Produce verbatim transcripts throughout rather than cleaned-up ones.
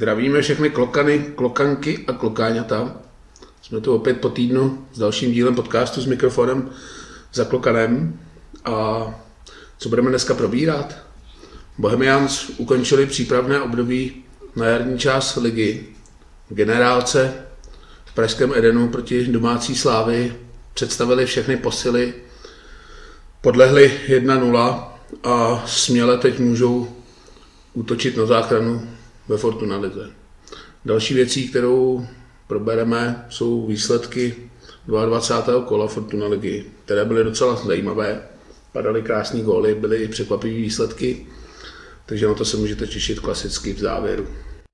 Zdravíme všechny klokany, klokanky a klokáňata. Jsme tu opět po týdnu s dalším dílem podcastu s mikrofonem za klokanem. A co budeme dneska probírat? Bohemians ukončili přípravné období na jarní část ligy. V generálce v pražském Edenu proti domácí Slávy představili všechny posily, podlehli jedna nula a směle teď můžou útočit na záchranu ve Fortuna lize. Další věcí, kterou probereme, jsou výsledky dvacátého druhého kola Fortuna ligy, které byly docela zajímavé. Padaly krásný góly, byly i překvapivé výsledky, takže na to se můžete těšit klasicky v závěru.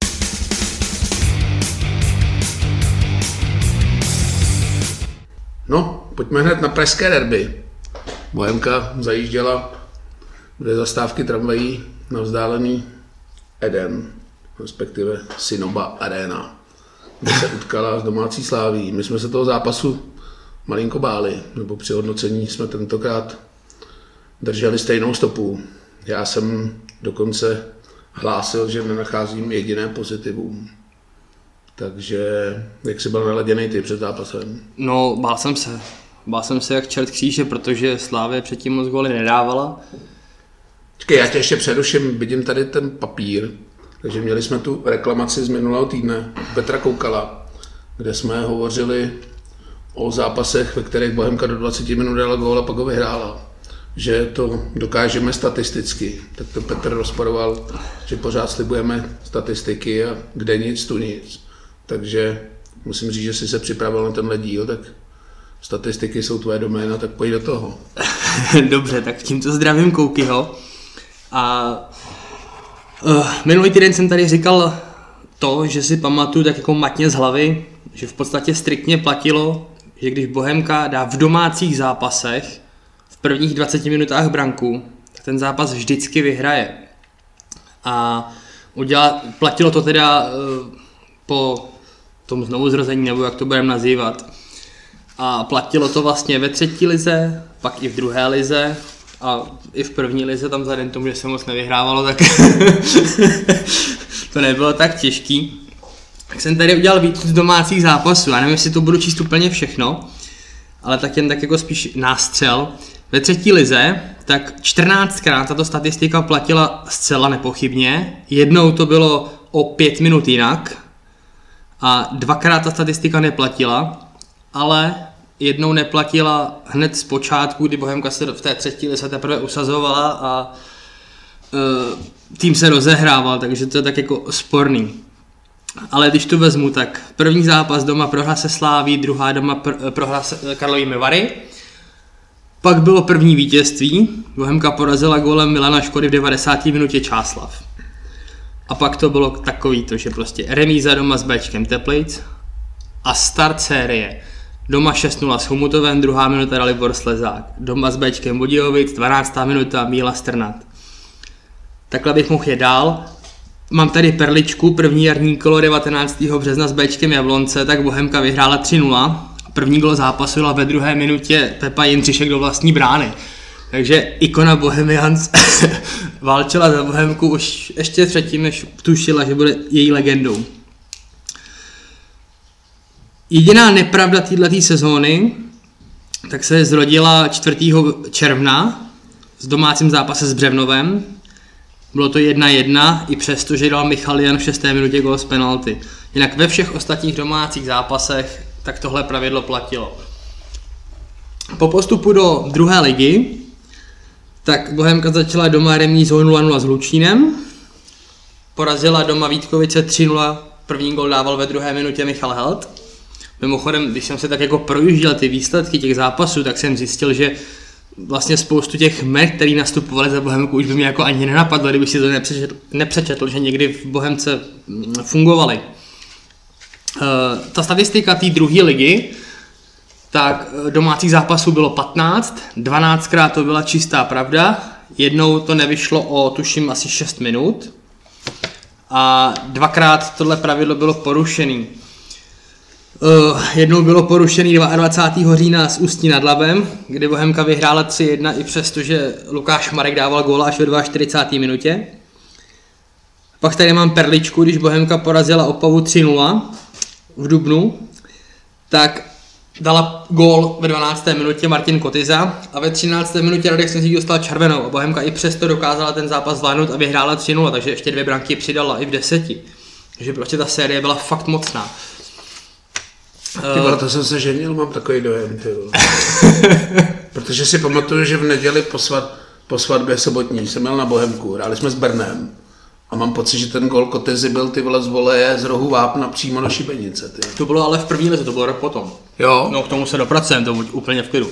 No, pojďme hned na pražské derby. Bohemka zajížděla dvě zastávky tramvají na vzdálený Eden, respektive Synoba Arena, kde se utkala s domácí Sláví. My jsme se toho zápasu malinko báli, nebo při hodnocení jsme tentokrát drželi stejnou stopu. Já jsem dokonce hlásil, že nenacházím jediné pozitivum. Takže jak jsi byl naladěnej ty před zápasem? No, bál jsem se. Bál jsem se jak čert kříže, protože Slávě předtím moc góly nedávala. Čekaj, já tě ještě přeruším, vidím tady ten papír. Takže měli jsme tu reklamaci z minulého týdne Petra Koukala, kde jsme hovořili o zápasech, ve kterých Bohemka do dvacet minut dala gól a pak ho vyhrála. Že to dokážeme statisticky. Tak to Petr rozporoval, že pořád slibujeme statistiky a kde nic, tu nic. Takže musím říct, že jsi se připravil na tenhle díl, tak statistiky jsou tvoje doména, tak pojď do toho. Dobře, tak tímto zdravím Koukyho. A uh, minulý týden jsem tady říkal to, že si pamatuju tak jako matně z hlavy, že v podstatě striktně platilo, že když Bohemka dá v domácích zápasech v prvních dvaceti minutách branku, tak ten zápas vždycky vyhraje. A udělá, platilo to teda uh, po tom znovuzrození, nebo jak to budeme nazývat. A platilo to vlastně ve třetí lize, pak i v druhé lize a i v první lize, tam vzhledem tomu, že se moc nevyhrávalo, tak to nebylo tak těžký. Tak jsem tady udělal víc z domácích zápasů, já nevím, jestli to budu číst úplně všechno, ale tak jen tak jako spíš nástřel. Ve třetí lize, tak čtrnáctkrát tato statistika platila zcela nepochybně, jednou to bylo o pět minut jinak a dvakrát ta statistika neplatila, ale jednou neplatila hned z počátku, kdy Bohemka se v té třetí lize teprve usazovala a uh, tým se rozehrával, takže to je tak jako sporný. Ale když to vezmu, tak první zápas doma prohra se Sláví, druhá doma pr- prohra se Karlovými Vary. Pak bylo první vítězství, Bohemka porazila gólem Milana Škody v devadesáté minutě Čáslav. A pak to bylo takový to, že prostě remíza doma s Béčkem Teplic a start série. Doma šest nula s Chomutovem, druhá minuta Dalibor Slezák. Doma s Béčkem Budějovic, dvanáctá minuta Míla Strnad. Takhle bych mohl je dál. Mám tady perličku, první jarní kolo devatenáctého března s Béčkem Jablonce, tak Bohemka vyhrála tři nula. První gól zápasu byla ve druhé minutě Pepa Jindřišek do vlastní brány. Takže ikona Bohemians válčila za Bohemku už ještě předtím, než tušila, že bude její legendou. Jediná nepravda této sezóny tak se zrodila čtvrtého června s domácím zápase s Břevnovem. Bylo to jedna jedna, i přesto, že dal Michal Jan v šesté minutě gól z penalty. Jinak ve všech ostatních domácích zápasech tak tohle pravidlo platilo. Po postupu do druhé ligy tak Bohemka začala doma remízou nula nula s Hlučínem. Porazila doma Vítkovice tři nula, první gól dával ve druhé minutě Michal Held. Mimochodem, když jsem se tak jako projížděl ty výsledky těch zápasů, tak jsem zjistil, že vlastně spoustu těch jmen, který nastupovali za Bohemku, už by mě jako ani nenapadlo, kdybych si to nepřečetl, nepřečetl že někdy v Bohemce fungovali. Uh, ta statistika té druhé ligy, tak domácích zápasů bylo patnáct, dvanáctkrát to byla čistá pravda, jednou to nevyšlo o tuším asi šest minut a dvakrát tohle pravidlo bylo porušený. Uh, jednou bylo porušený dvacátého druhého října s Ústí nad Labem, kde Bohemka vyhrála tři jedna i přesto, že Lukáš Marek dával góla až ve čtyřicáté druhé minutě. Pak tady mám perličku, když Bohemka porazila Opavu tři nula v dubnu, tak dala gól ve dvanácté minutě Martin Kotyza a ve třinácté minutě Radek Sněžík dostal červenou a Bohemka i přesto dokázala ten zápas zvládnout a vyhrála tři nula, takže ještě dvě branky přidala i v deseti. Takže prostě ta série byla fakt mocná. Ty vole, to jsem se ženil, mám takový dojem, ty vole. Protože si pamatuju, že v neděli po, svat, po svatbě sobotní jsem měl na Bohemku, hráli jsme s Brnem a mám pocit, že ten gól Kotyzy byl ty vole z voleje z rohu Vápna přímo do šibenice. Ty. To bylo ale v první lize, to bylo rok potom. Jo? No k tomu se dopracujeme, to buď úplně v klidu.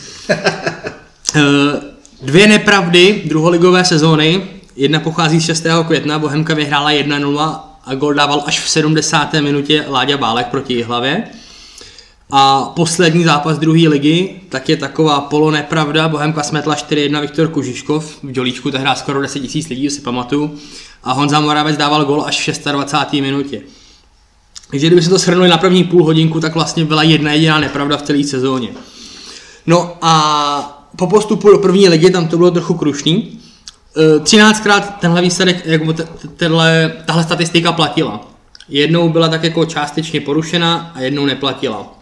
Dvě nepravdy druholigové sezóny, jedna pochází z šestého května, Bohemka vyhrála jedna nula a gól dával až v sedmdesáté minutě Láďa Bálek proti Jihlavě. A poslední zápas druhé ligy, tak je taková polonepravda, Bohemka smetla čtyři jedna Viktor Kužiškov, v Dělíčku tehdy skoro deset tisíc lidí, si pamatuju, a Honza Moravec dával gól až v dvacáté šesté minutě. Takže kdyby se to shrnuli na první půl hodinku, tak vlastně byla jedna jediná nepravda v celé sezóně. No a po postupu do první ligy tam to bylo trochu krušný. třináctkrát tenhle výsledek, jako tenhle, tahle statistika platila. Jednou byla tak jako částečně porušena a jednou neplatila.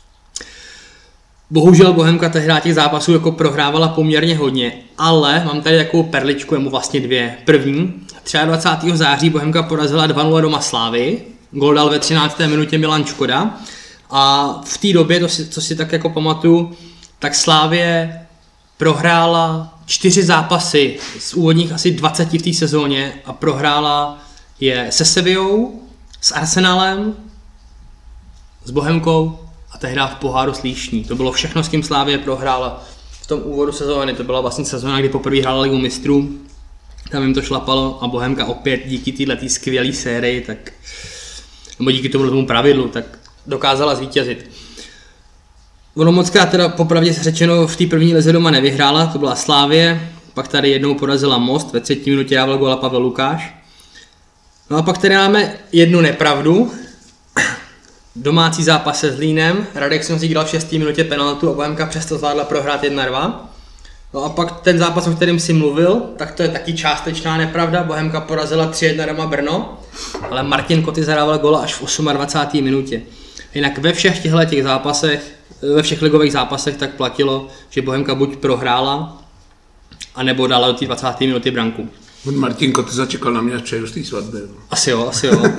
Bohužel Bohemka tehdy těch zápasů jako prohrávala poměrně hodně, ale mám tady takovou perličku, nebo vlastně dvě. První, dvacátého třetího září Bohemka porazila dva nula doma Slávy, gól dal ve třinácté minutě Milan Škoda a v té době, to si, co si tak jako pamatuju, tak Slávě prohrála čtyři zápasy z úvodních asi dvaceti v té sezóně a prohrála je se Sevillou, s Arsenalem, s Bohemkou a tehdy v poháru s Líšní. To bylo všechno, s kým Slávie prohrála v tom úvodu sezóny. To byla vlastně sezóna, kdy poprvé hrála Ligu mistrů. Tam jim to šlapalo a Bohemka opět díky této skvělé sérii, tak, nebo díky tomu, tomu pravidlu, tak dokázala zvítězit. Ono mockrát teda popravdě řečeno v té první lize doma nevyhrála, to byla Slávie, pak tady jednou porazila Most, ve třetí minutě dával góla Pavel Lukáš. No a pak tady máme jednu nepravdu. Domácí zápas se Zlínem, Radek Sněžík dal v šesté minutě penaltu a Bohemka přesto zvládla prohrát jedna dva. No a pak ten zápas, o kterém si mluvil, tak to je taky částečná nepravda. Bohemka porazila tři jedna doma Brno, ale Martin Kotyza dával góla až v dvacáté osmé minutě. Jinak ve všech těchto těch zápasech, ve všech ligových zápasech tak platilo, že Bohemka buď prohrála, anebo dala do té dvacáté minuty branku. Martin Kotyza čekal na mě, až přejdu z té svatby. Asi jo, asi jo.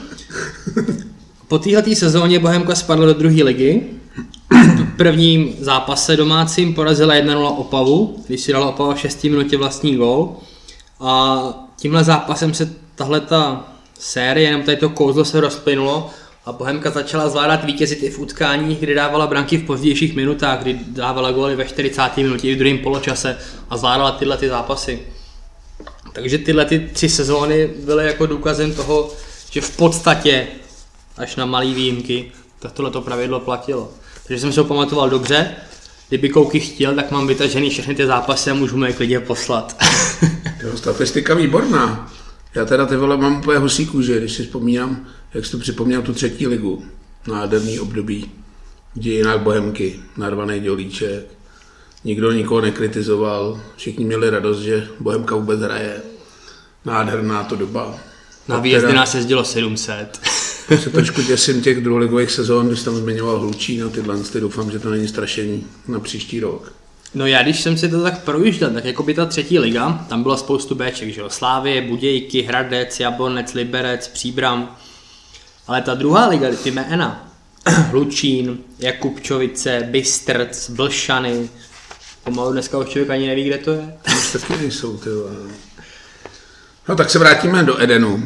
Po téhleté sezóně Bohemka spadla do druhé ligy. V prvním zápase domácím porazila jedna nula Opavu, když si dala Opava v šesté minutě vlastní gól. A tímhle zápasem se tahleta série, jenom tady to kouzlo se rozplynulo a Bohemka začala zvládat vítězit i v utkáních, kdy dávala branky v pozdějších minutách, kdy dávala góly ve čtyřicáté minutě i v druhém poločase a zvládala tyhle ty zápasy. Takže tyhle ty tři sezóny byly jako důkazem toho, že v podstatě až na malý výjimky tak tohleto pravidlo platilo. Takže jsem si ho pamatoval dobře, kdyby Kouky chtěl, tak mám vytažený všechny ty zápasy a můžu mu je klidně poslat. Jo, statistika výborná. Já teda ty vole mám úplně husí kůže, když si vzpomínám, jak jsi to připomněl tu třetí ligu. Nádherný období, kdy jinak Bohemky, narvaný Dělíček, nikdo nikoho nekritizoval, všichni měli radost, že Bohemka vůbec hraje. Nádherná to doba. Na výjezdy nás jezdilo sedm set. Se trošku děsím těch druholigových sezón, když tam zmiňoval Hlučín a tyhle, doufám, že to není strašení na příští rok. No já když jsem si to tak projížděl, tak jako by ta třetí liga, tam byla spoustu béček, že jo, Slávie, Budějky, Hradec, Jablonec, Liberec, Příbram, ale ta druhá liga, ty jména, Hlučín, Jakubčovice, Bystrc, Blšany, pomalu dneska už člověk ani neví, kde to je. Už taky nejsou, ty vole. No tak se vrátíme do Edenu.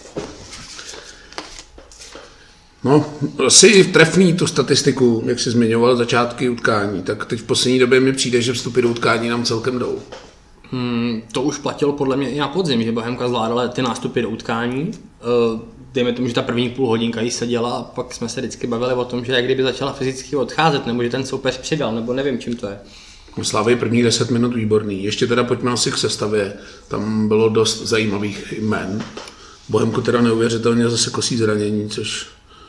No, asi trefný tu statistiku, jak jsi zmiňoval, začátky utkání, tak teď v poslední době mi přijde, že vstupy do utkání nám celkem jdou. Hmm, to už platilo podle mě i na podzim, že Bohemka zvládala ty nástupy do utkání. Uh, dejme tomu, že ta první půl hodinka jí seděla a pak jsme se vždycky bavili o tom, že jak kdyby začala fyzicky odcházet, nebo že ten soupeř přidal, nebo nevím, čím to je. Slávy prvních deset minut výborný. Ještě teda pojďme asi k sestavě, tam bylo dost zajímavých jmen. Bohemku teda neuvěřitelně zase kosí zranění, což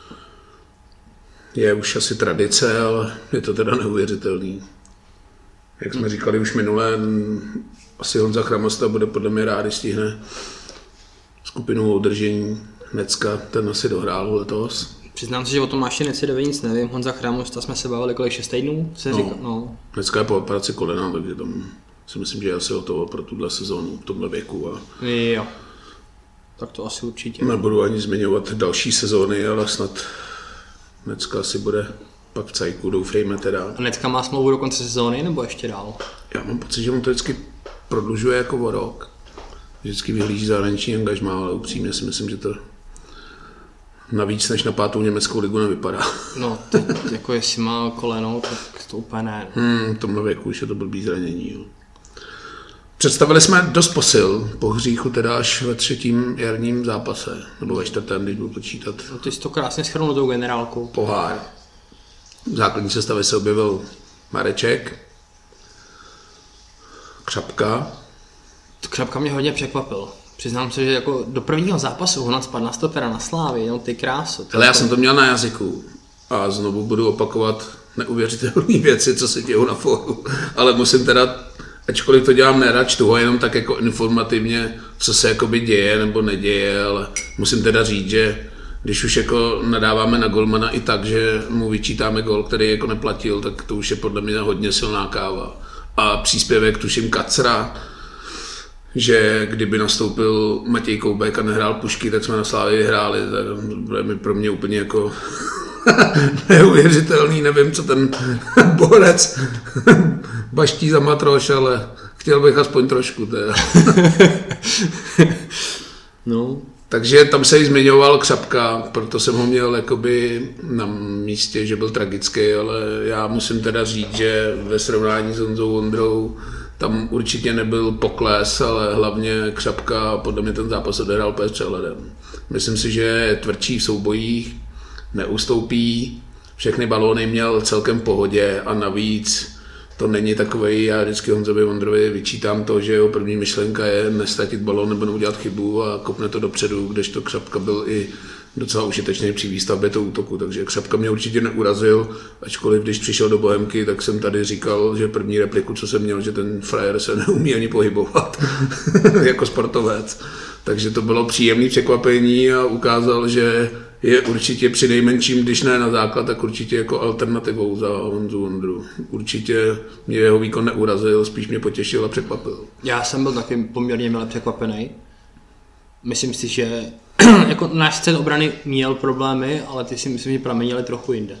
je už asi tradice, ale je to teda neuvěřitelný. Jak jsme říkali už minule, asi Honza Chramasta bude podle mě rád, když stihne skupinu udržení Necka, ten asi dohrál letos. Přiznám se, že o tom ještě Necedově nic nevím. Honza Chramosta jsme se bavili kolik šest týdnů, se no, říká, no. Necka je po operaci kolena, takže tam si myslím, že je asi hotovo pro tuhle sezónu v tomhle věku. A jo, tak to asi určitě. Nebudu ani zmiňovat další sezóny, ale snad Necka asi bude pak v cajku, doufejme teda. A Necka má smlouvu do konce sezóny, nebo ještě dál? Já mám pocit, že on to vždycky prodlužuje jako o rok. Vždycky vyhlíží zahraniční angažmá, ale upřímně si myslím, že to navíc než na pátou německou ligu nevypadá. No, teď jako jestli má koleno, tak to úplně ne. Hmm, v tomhle věku už je to blbý zranění. Jo. Představili jsme dost posil, po hříchu teda až ve třetím jarním zápase, nebo ve čtvrtém, když budu počítat. No, ty jsi to krásně shrnul tou generálkou. Pohár. V základní sestavě se objevil Mareček, Křapka. Křapka mě hodně překvapil. Přiznám se, že jako do prvního zápasu Honat spadl na stopera na Slávy, no ty kráso. Ale já jsem to měl na jazyku a znovu budu opakovat neuvěřitelné věci, co se dějou na fóru, ale musím teda, ačkoliv to dělám nerad, čtu ho jenom tak jako informativně, co se jakoby děje nebo neděje, ale musím teda říct, že když už jako nadáváme na golmana i tak, že mu vyčítáme gol, který jako neplatil, tak to už je podle mě hodně silná káva. A příspěvek tuším Kacra, že kdyby nastoupil Matěj Koubek a nehrál pušky, tak jsme na Slávii vyhráli. To je mi pro mě úplně jako neuvěřitelný, nevím, co ten borec baští za matroš, ale chtěl bych aspoň trošku. Teda. No. Takže tam se jí zmiňoval Křapka, proto jsem ho měl jakoby na místě, že byl tragický, ale já musím teda říct, že ve srovnání s Honzou Vondrou tam určitě nebyl pokles, ale hlavně Křapka podle mě ten zápas odehrál úplně s přehledem. Myslím si, že je tvrdší v soubojích, neustoupí, všechny balóny měl celkem v pohodě a navíc to není takovej, já vždycky Honzovi Vondrovi vyčítám to, že jeho první myšlenka je nestratit balón nebo neudělat chybu a kopne to dopředu, kdežto Křapka byl i docela užitečný při výstavbě toho útoku, takže Křapka mě určitě neurazil, ačkoliv když přišel do Bohemky, tak jsem tady říkal, že první repliku, co jsem měl, že ten frajer se neumí ani pohybovat jako sportovec. Takže to bylo příjemné překvapení a ukázal, že je určitě při nejmenším, když ne na základ, tak určitě jako alternativou za Honzu Vondru. Určitě mě jeho výkon neurazil, spíš mě potěšil a překvapil. Já jsem byl taky poměrně milé překvapený. Myslím si, že jako náš střed obrany měl problémy, ale ty si myslím, že pramenily trochu jinde.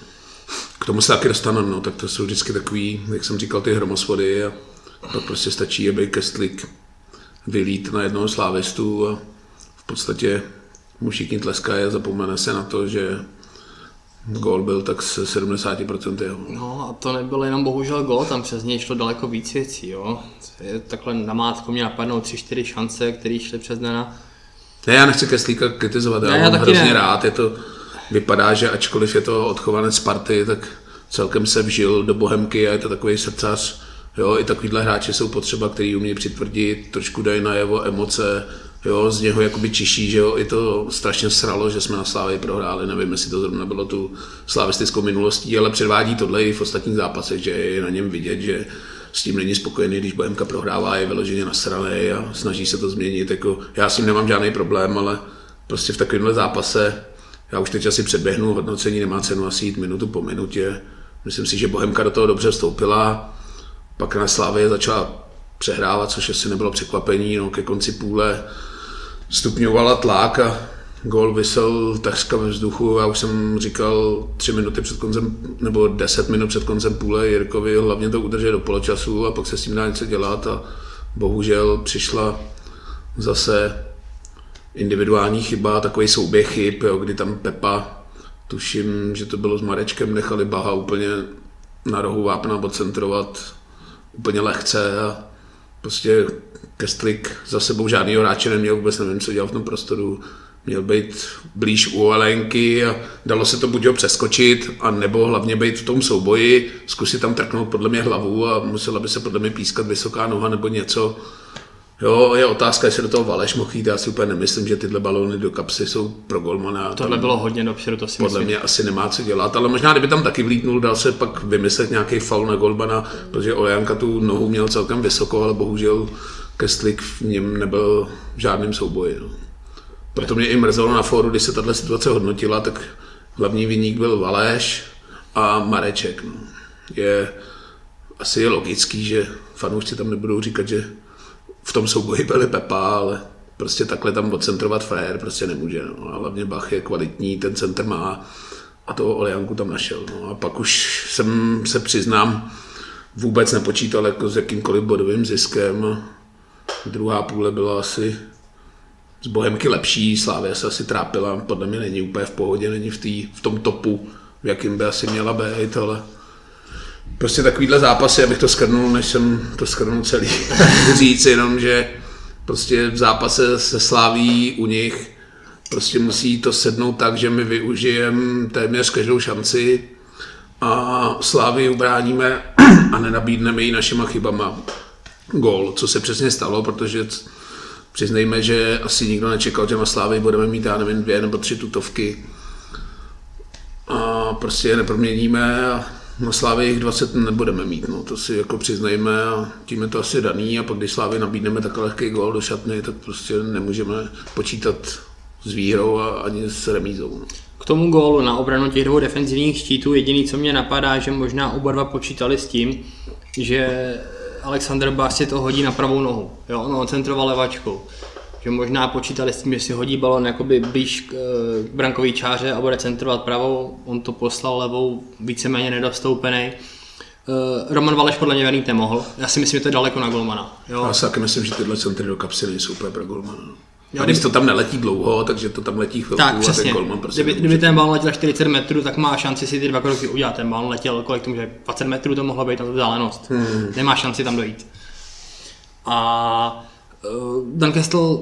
K tomu se taky dostaneme, no, tak to jsou vždycky takový, jak jsem říkal, ty hromosvody a pak prostě stačí, aby Kestlík vylít na jednoho slávistu a v podstatě mu všichni tleskají a zapomene se na to, že gól byl tak se sedmdesát procent jeho. No a to nebyl jenom bohužel gól, tam přes něj šlo daleko víc věcí, jo. Takhle namátko mě napadnou tři čtyři šance, které šly přes Dana. Ne, já nechci Kestlíka kritizovat, já, já mám hrozně ne. rád, je to, vypadá, že ačkoliv je to odchovanec Sparty, tak celkem se vžil do Bohemky a je to takový srdcař. Jo, i takovýhle hráči jsou potřeba, který umí přitvrdit, trošku dají najevo emoce, jo, z něho jakoby čiší, že jo, i to strašně sralo, že jsme na Slávii prohráli, nevím, jestli to zrovna bylo tu slavistickou minulostí, ale předvádí tohle i v ostatních zápasech, že je na něm vidět, že s tím není spokojený, když Bohemka prohrává, je vyloženě nasranej a snaží se to změnit, jako já s tím nemám žádný problém, ale prostě v takovémhle zápase, já už teď asi předběhnu hodnocení, nemá cenu asi jít minutu po minutě, myslím si, že Bohemka do toho dobře vstoupila. Pak na Slávě začala přehrávat, což asi nebylo překvapení, no, ke konci půle stupňovala tlak a gól visel takřka ve vzduchu. Já už jsem říkal tři minuty před koncem, nebo deset minut před koncem půle Jirkovi, hlavně to udržet do poločasu a pak se s tím dá něco dělat a bohužel přišla zase individuální chyba, takový souběh chyb, jo, kdy tam Pepa, tuším, že to bylo s Marečkem, nechali Baha úplně na rohu vápna odcentrovat úplně lehce a prostě Kestlík za sebou žádnýho hráče neměl, vůbec nevím, co dělal v tom prostoru. Měl být blíž u Alenky a dalo se to buď ho přeskočit, a nebo hlavně být v tom souboji, zkusit tam trknout podle mě hlavu a musela by se podle mě pískat vysoká noha nebo něco. Jo, je otázka, jestli do toho Valeš mohl jít, já si úplně nemyslím, že tyhle balóny do kapsy jsou pro golmana. Tohle bylo hodně dopředu, to si podle myslím. mě asi nemá co dělat, ale možná kdyby tam taky vlítnul, dal se pak vymyslet nějaký faul na golmana, protože Olejanka tu nohu měl celkem vysoko, ale bohužel Kestlík v něm nebyl v žádném souboji. No. Proto mě i mrzelo na fóru, když se tato situace hodnotila, tak hlavní viník byl Valeš a Mareček. No. Je asi je logický, že fanoušci tam nebudou říkat, že v tom souboji byli Pepa, ale prostě takhle tam odcentrovat frajer prostě nemůže. No. A hlavně Bach je kvalitní, ten centr má a toho Olianku tam našel. No. A pak už jsem se přiznám, vůbec nepočítal jako s jakýmkoliv bodovým ziskem. Druhá půle byla asi z Bohemky lepší, Slavia se asi trápila, podle mě není úplně v pohodě, není v, tý, v tom topu, v jakým by asi měla být, ale prostě takovýhle zápasy, abych to skrnul, než jsem to skrnul celý, říct jenom, že prostě v zápase se Slaví u nich prostě musí to sednout tak, že my využijeme téměř každou šanci a Slávii ubráníme a nenabídneme ji našima chybama gól, co se přesně stalo, protože přiznejme, že asi nikdo nečekal, že na Slávii budeme mít, já nevím, dvě nebo tři tutovky a prostě je neproměníme a na Slávii jich dvacet nebudeme mít, no, to si jako přiznejme a tím je to asi daný a pak když Slávii nabídneme takový lehký gól do šatny, tak prostě nemůžeme počítat s výhrou a ani s remízou. No. K tomu gólu na obranu těch dvou defenzivních štítů jediný, co mě napadá, že možná oba dva počítali s tím, že Alexander Bach si to hodí na pravou nohu, jo, on centroval levačkou. Že možná počítali s tím, že si hodí balon jakoby blíž k e, brankový čáře a bude centrovat pravou, on to poslal levou, víceméně nedostoupený. E, Roman Valeš podle mě venit nemohl, já si myslím, že to je daleko na golmana. Jo. Já si taky myslím, že tyhle centry do kapsy nejsou úplně pro golmana. A když to tam neletí dlouho, takže to tam letí chvilku tak, a přesně. ten golman prostě Kdyby, kdyby ten balon letěl čtyřicet metrů, tak má šanci si ty dva kroky udělat. Ten balon letěl, kolik tomu, že dvacet metrů to mohlo být na tu vzdálenost. Hmm. Nemá šanci tam dojít. A uh, Dan Kestel,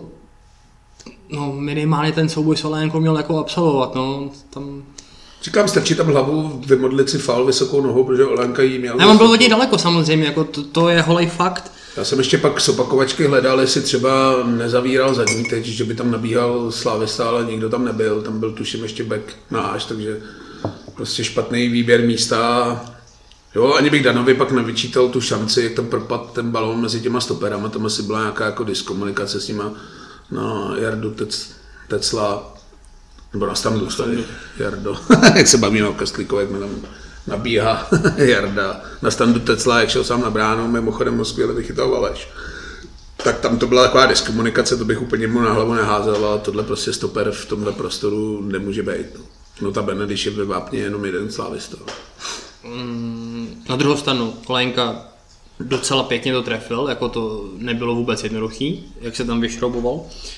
no minimálně ten souboj s Olénkou měl jako absolvovat, no, tam... Říkám, strčí tam hlavu, vymodlit si faul vysokou nohou, protože Olénka jí měl... Ne, on byl hodně daleko samozřejmě, jako to, to je holej fakt. Já jsem ještě pak z opakovačky hledal, jestli třeba nezavíral zadní teď, že by tam nabíhal Slávista, ale nikdo tam nebyl, tam byl tuším ještě back náš, takže prostě špatný výběr místa. Jo, ani bych Danovi pak nevyčítal tu šanci, jak tam propadl ten balón mezi těma stoperama, tam asi byla nějaká jako diskomunikace s nima na Jardu Tec, Tecla, nebo na Standu, tady Jardo, jak se bavíme o Kastlíkovi, jak mi tam nabíhá Jarda na Standu Tecla, jak šel sám na bránu, mimochodem ho skvěle vychytal Valeš. Tak tam to byla taková diskomunikace, to bych úplně mu na hlavu neházel, ale tohle prostě stoper v tomhle prostoru nemůže být. No ta Bene, když je ve vápně jenom jeden slávista. Mm, na druhou stranu, Olénka docela pěkně to trefil, jako to nebylo vůbec jednoduchý, jak se tam vyšrouboval.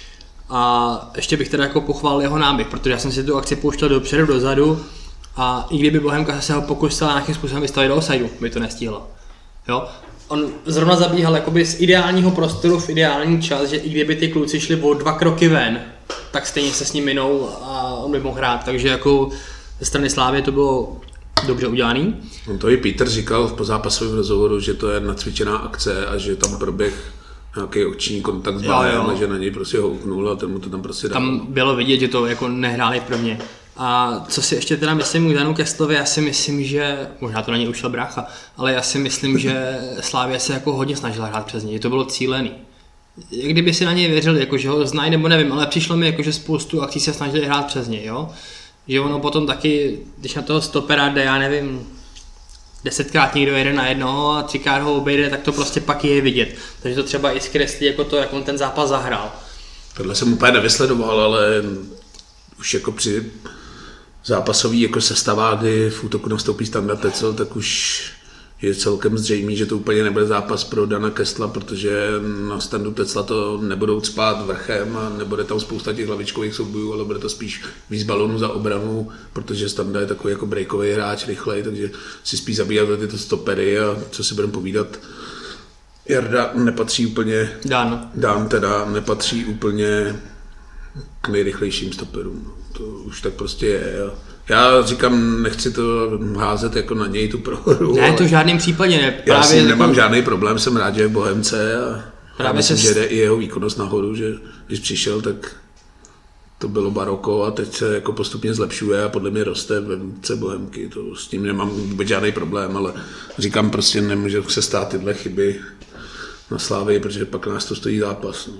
A ještě bych teda jako pochválil jeho náběh, protože já jsem si tu akci pouštěl dopředu, dozadu a i kdyby Bohemka se ho pokusila nějakým způsobem vystavit do offsideu, by to nestihlo. Jo? On zrovna zabíhal jakoby z ideálního prostoru v ideální čas, že i kdyby ty kluci šli o dva kroky ven, tak stejně se s ním minou a on by mohl hrát, takže jako ze strany Slávie to bylo dobře udělaný. On to i Peter říkal v pozápasovém rozhovoru, že to je nacvičená akce a že tam proběh nějaký oční kontakt s Bájem a že na něj prostě houknul a ten mu to tam prostě dal. Tam bylo vidět, že to jako nehráli pro mě. A co si ještě teda myslím k Danu Kestlovi, já si myslím, že, možná to na něj ušel brácha, ale já si myslím, že Slavia se jako hodně snažila hrát přes něj, to bylo cílený. Jak kdyby si na něj věřili, jako že ho znají nebo nevím, ale přišlo mi jako, že spoustu akcí se snažili hrát přes něj, jo. Že ono potom taky, když na toho stopera jde, já nevím, desetkrát někdo jede na jednoho a třikrát ho obejde, tak to prostě pak je vidět. Takže to třeba i zkreslí jako to, jak on ten zápas zahrál. Tohle jsem úplně nevysledoval, ale už jako při zápasový jako sestavá, kdy v útoku nastoupí Standa Tecel, tak už je celkem zřejmý, že to úplně nebude zápas pro Dana Kestla, protože na Standu Tecla to nebudou cpát vrchem a nebude tam spousta těch hlavičkových soubojů, ale bude to spíš víc balonů za obranu, protože Standa je takový jako breakový hráč, rychlej, takže si spíš zabíjat tyto stopery a co si budeme povídat. Jarda nepatří úplně, Dan. Dan teda nepatří úplně k nejrychlejším stoperům. To už tak prostě je. Já říkám, nechci to házet jako na něj tu prohru. Ne, to v žádném případě ne. Právě já si jako... nemám žádný problém, jsem rád, že je v Bohemce a právě myslím, se... že jde i jeho výkonnost nahoru, že když přišel, tak to bylo baroko a teď se jako postupně zlepšuje a podle mě roste ve vůdce Bohemky. To s tím nemám vůbec žádný problém, ale říkám, prostě nemůže se stát tyhle chyby na Slávii, protože pak nás to stojí zápas. No.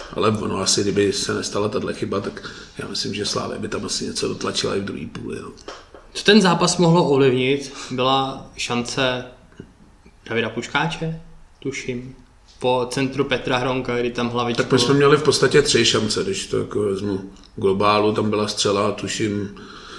Ale ono asi, kdyby se nestala tahle chyba, tak já myslím, že Slavia by tam asi něco dotlačila i v druhé půli. No. Co ten zápas mohlo ovlivnit, byla šance Davida Puškáče, tuším, po centru Petra Hronka, kdy tam hlavičku... Tak my jsme měli v podstatě tři šance, když to jako vezmu globálu, tam byla střela, tuším,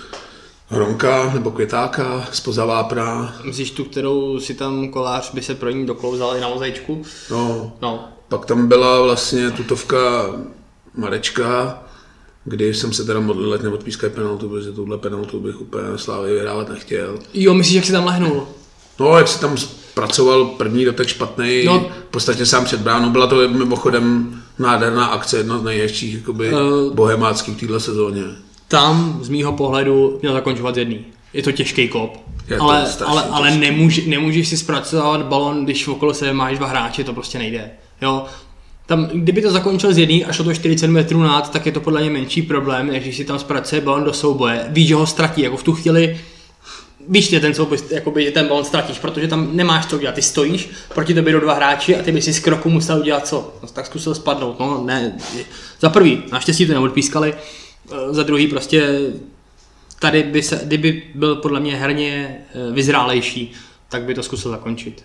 Hronka nebo Květáka spoza vápna. Myslíš tu, kterou si tam Kolář by se pro ní doklouzal i na mozaičku? No, no. Pak tam byla vlastně tutovka Marečka, kdy jsem se teda modlil, ať neodpískají penaltu, protože tuhle penaltu bych úplně na Slávii vyhrávat nechtěl. Jo, myslíš, jak si tam lehnul? No, jak si tam pracoval první dotek špatný, no. V podstatě sám před bránou. Byla to mimochodem nádherná akce, jedna z nejhezčích jakoby, uh, bohemáckých v téhle sezóně. Tam z mýho pohledu měl zakončovat jedný. Je to těžký kop, je ale, to ale, ale nemůže, nemůžeš si zpracovat balon, když okolo sebe máš dva hráče, to prostě nejde. Jo? Tam, kdyby to zakončil z jedný a šlo to čtyřicet metrů nad, tak je to podle mě menší problém, než když si tam zpracuje balon do souboje. Víš, že ho ztratí, jako v tu chvíli víš, že ten souboj, jakoby, že ten balon ztratíš, protože tam nemáš co udělat. Ty stojíš, proti tobě jdou dva hráči a ty bys si z kroku musel udělat co? No, tak zkusil spadnout. No, ne. Za prvý, naštěstí to neodpískali, za druhý prostě tady by se, kdyby byl podle mě herně vyzrálejší, tak by to zkusil zakončit.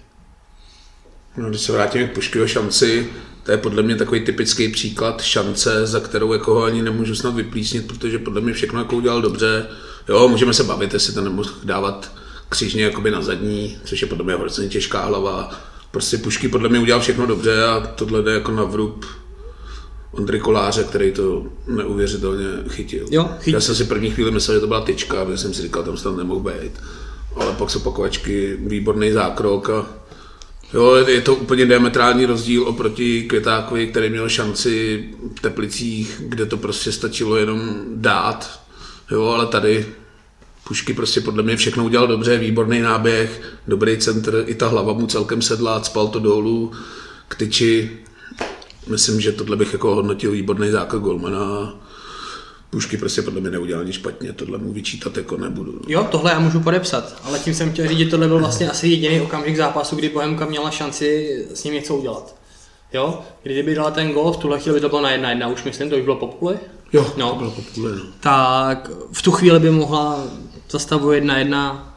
No, když se vrátíme k Puškyho šanci, to je podle mě takový typický příklad šance, za kterou jako ho ani nemůžu snad vyplísnit, protože podle mě všechno jako udělal dobře. Jo, můžeme se bavit, jestli to nemohl dávat křížně jakoby na zadní, což je podle mě hodně těžká hlava. Prostě Pušky podle mě udělal všechno dobře a tohle jde jako na vrub Ondry Koláře, který to neuvěřitelně chytil. Jo, chytil. Já jsem si první chvíli myslel, že to byla tyčka, protože jsem si říkal, tam se tam nemohl být. Ale pak se opakovačky, výborný zákrok a jo, je to úplně diametrální rozdíl oproti Květákovi, který měl šanci v Teplicích, kde to prostě stačilo jenom dát. Jo, ale tady Pušky prostě podle mě všechno udělal dobře, výborný náběh, dobrý centr, i ta hlava mu celkem sedla, cpal to dolů k tyči. Myslím, že tohle bych jako hodnotil výborný základ golmana. Pušky prostě podle mě neudělal nic špatně, tohle mu vyčítat jako nebudu. Jo, tohle já můžu podepsat, ale tím jsem chtěl říct, že tohle byl vlastně asi jediný okamžik zápasu, kdy Bohemka měla šanci s ním něco udělat. Jo, kdyby dala ten gól, v tuhle chvíli by to bylo na jedna jedna, už myslím, to už bylo po půli. Jo, no, to bylo po půli, no. Tak v tu chvíli by mohla za stavu jedna jedna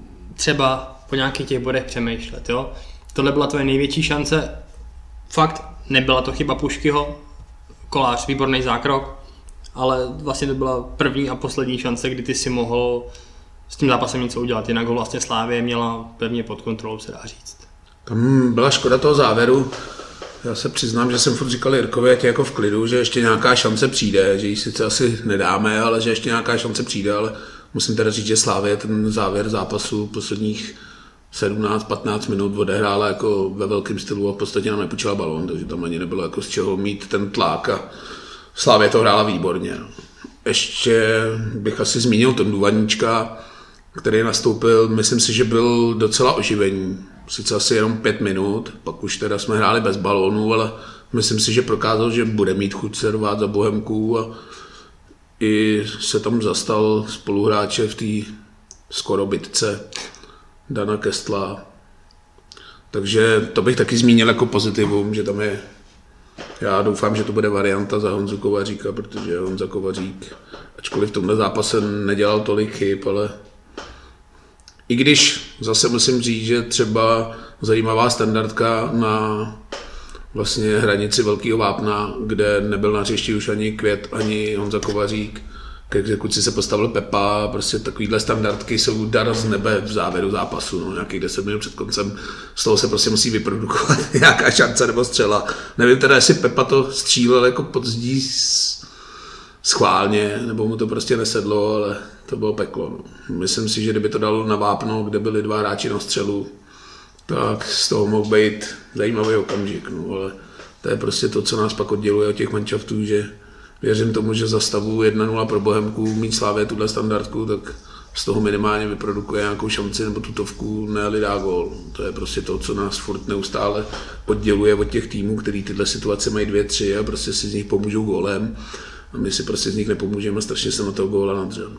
třeba po nějakých těch bodech přemýšlet, jo. Tohle byla tvoje největší šance, fakt, nebyla to chyba Puškyho, Kolář, výborný zákrok, ale vlastně to byla první a poslední šance, kdy ty si mohl s tím zápasem něco udělat, jinak ho vlastně Slavie měla pevně pod kontrolou, se dá říct. Tam byla škoda toho závěru. Já se přiznám, že jsem furt říkal Jirkovi, ať je jako v klidu, že ještě nějaká šance přijde, že ji sice asi nedáme, ale že ještě nějaká šance přijde, ale musím teda říct, že Slavie ten závěr zápasu posledních sedmnáct patnáct minut odehrála jako ve velkém stylu a v podstatě nám nepůjčila balón, takže tam ani nebylo jako z čeho mít ten tlak a Slavie to hrála výborně. Ještě bych asi zmínil Tondu Vaníčka, který nastoupil, myslím si, že byl docela oživení. Sice asi jenom pět minut, pak už teda jsme hráli bez balónu, ale myslím si, že prokázal, že bude mít chuť se rvát za Bohemku a i se tam zastal spoluhráče v té skoro bitce Dana Kestla. Takže to bych taky zmínil jako pozitivum, že tam je. Já doufám, že to bude varianta za Honzu Kovaříka, protože Honza Kovařík, ačkoliv v tomhle zápase nedělal tolik chyb, ale i když zase musím říct, že třeba zajímavá standardka na vlastně hranici Velkého Vápna, kde nebyl na hřišti už ani Květ, ani Honza Kovařík, k exekuci se postavil Pepa, prostě takovýhle standardky jsou dar z nebe v závěru zápasu, no, nějakých deset minut před koncem, z toho se prostě musí vyprodukovat nějaká šance nebo střela. Nevím teda, jestli Pepa to střílel jako pod zdí schválně, nebo mu to prostě nesedlo, ale to bylo peklo. No. Myslím si, že kdyby to dalo na Vápno, kde byli dva hráči na střelu, tak z toho mohl být zajímavý okamžik, no, ale to je prostě to, co nás pak odděluje od těch manšaftů, že věřím tomu, že za stavu jedna nula pro Bohemku mít Slavie tuhle standardku, tak z toho minimálně vyprodukuje nějakou šanci nebo tutovku, ne-li dá gól. To je prostě to, co nás furt neustále odděluje od těch týmů, který tyhle situace mají dvě, tři a prostě si z nich pomůžou gólem. A my si prostě z nich nepomůžeme a strašně se na toho góla nadřel.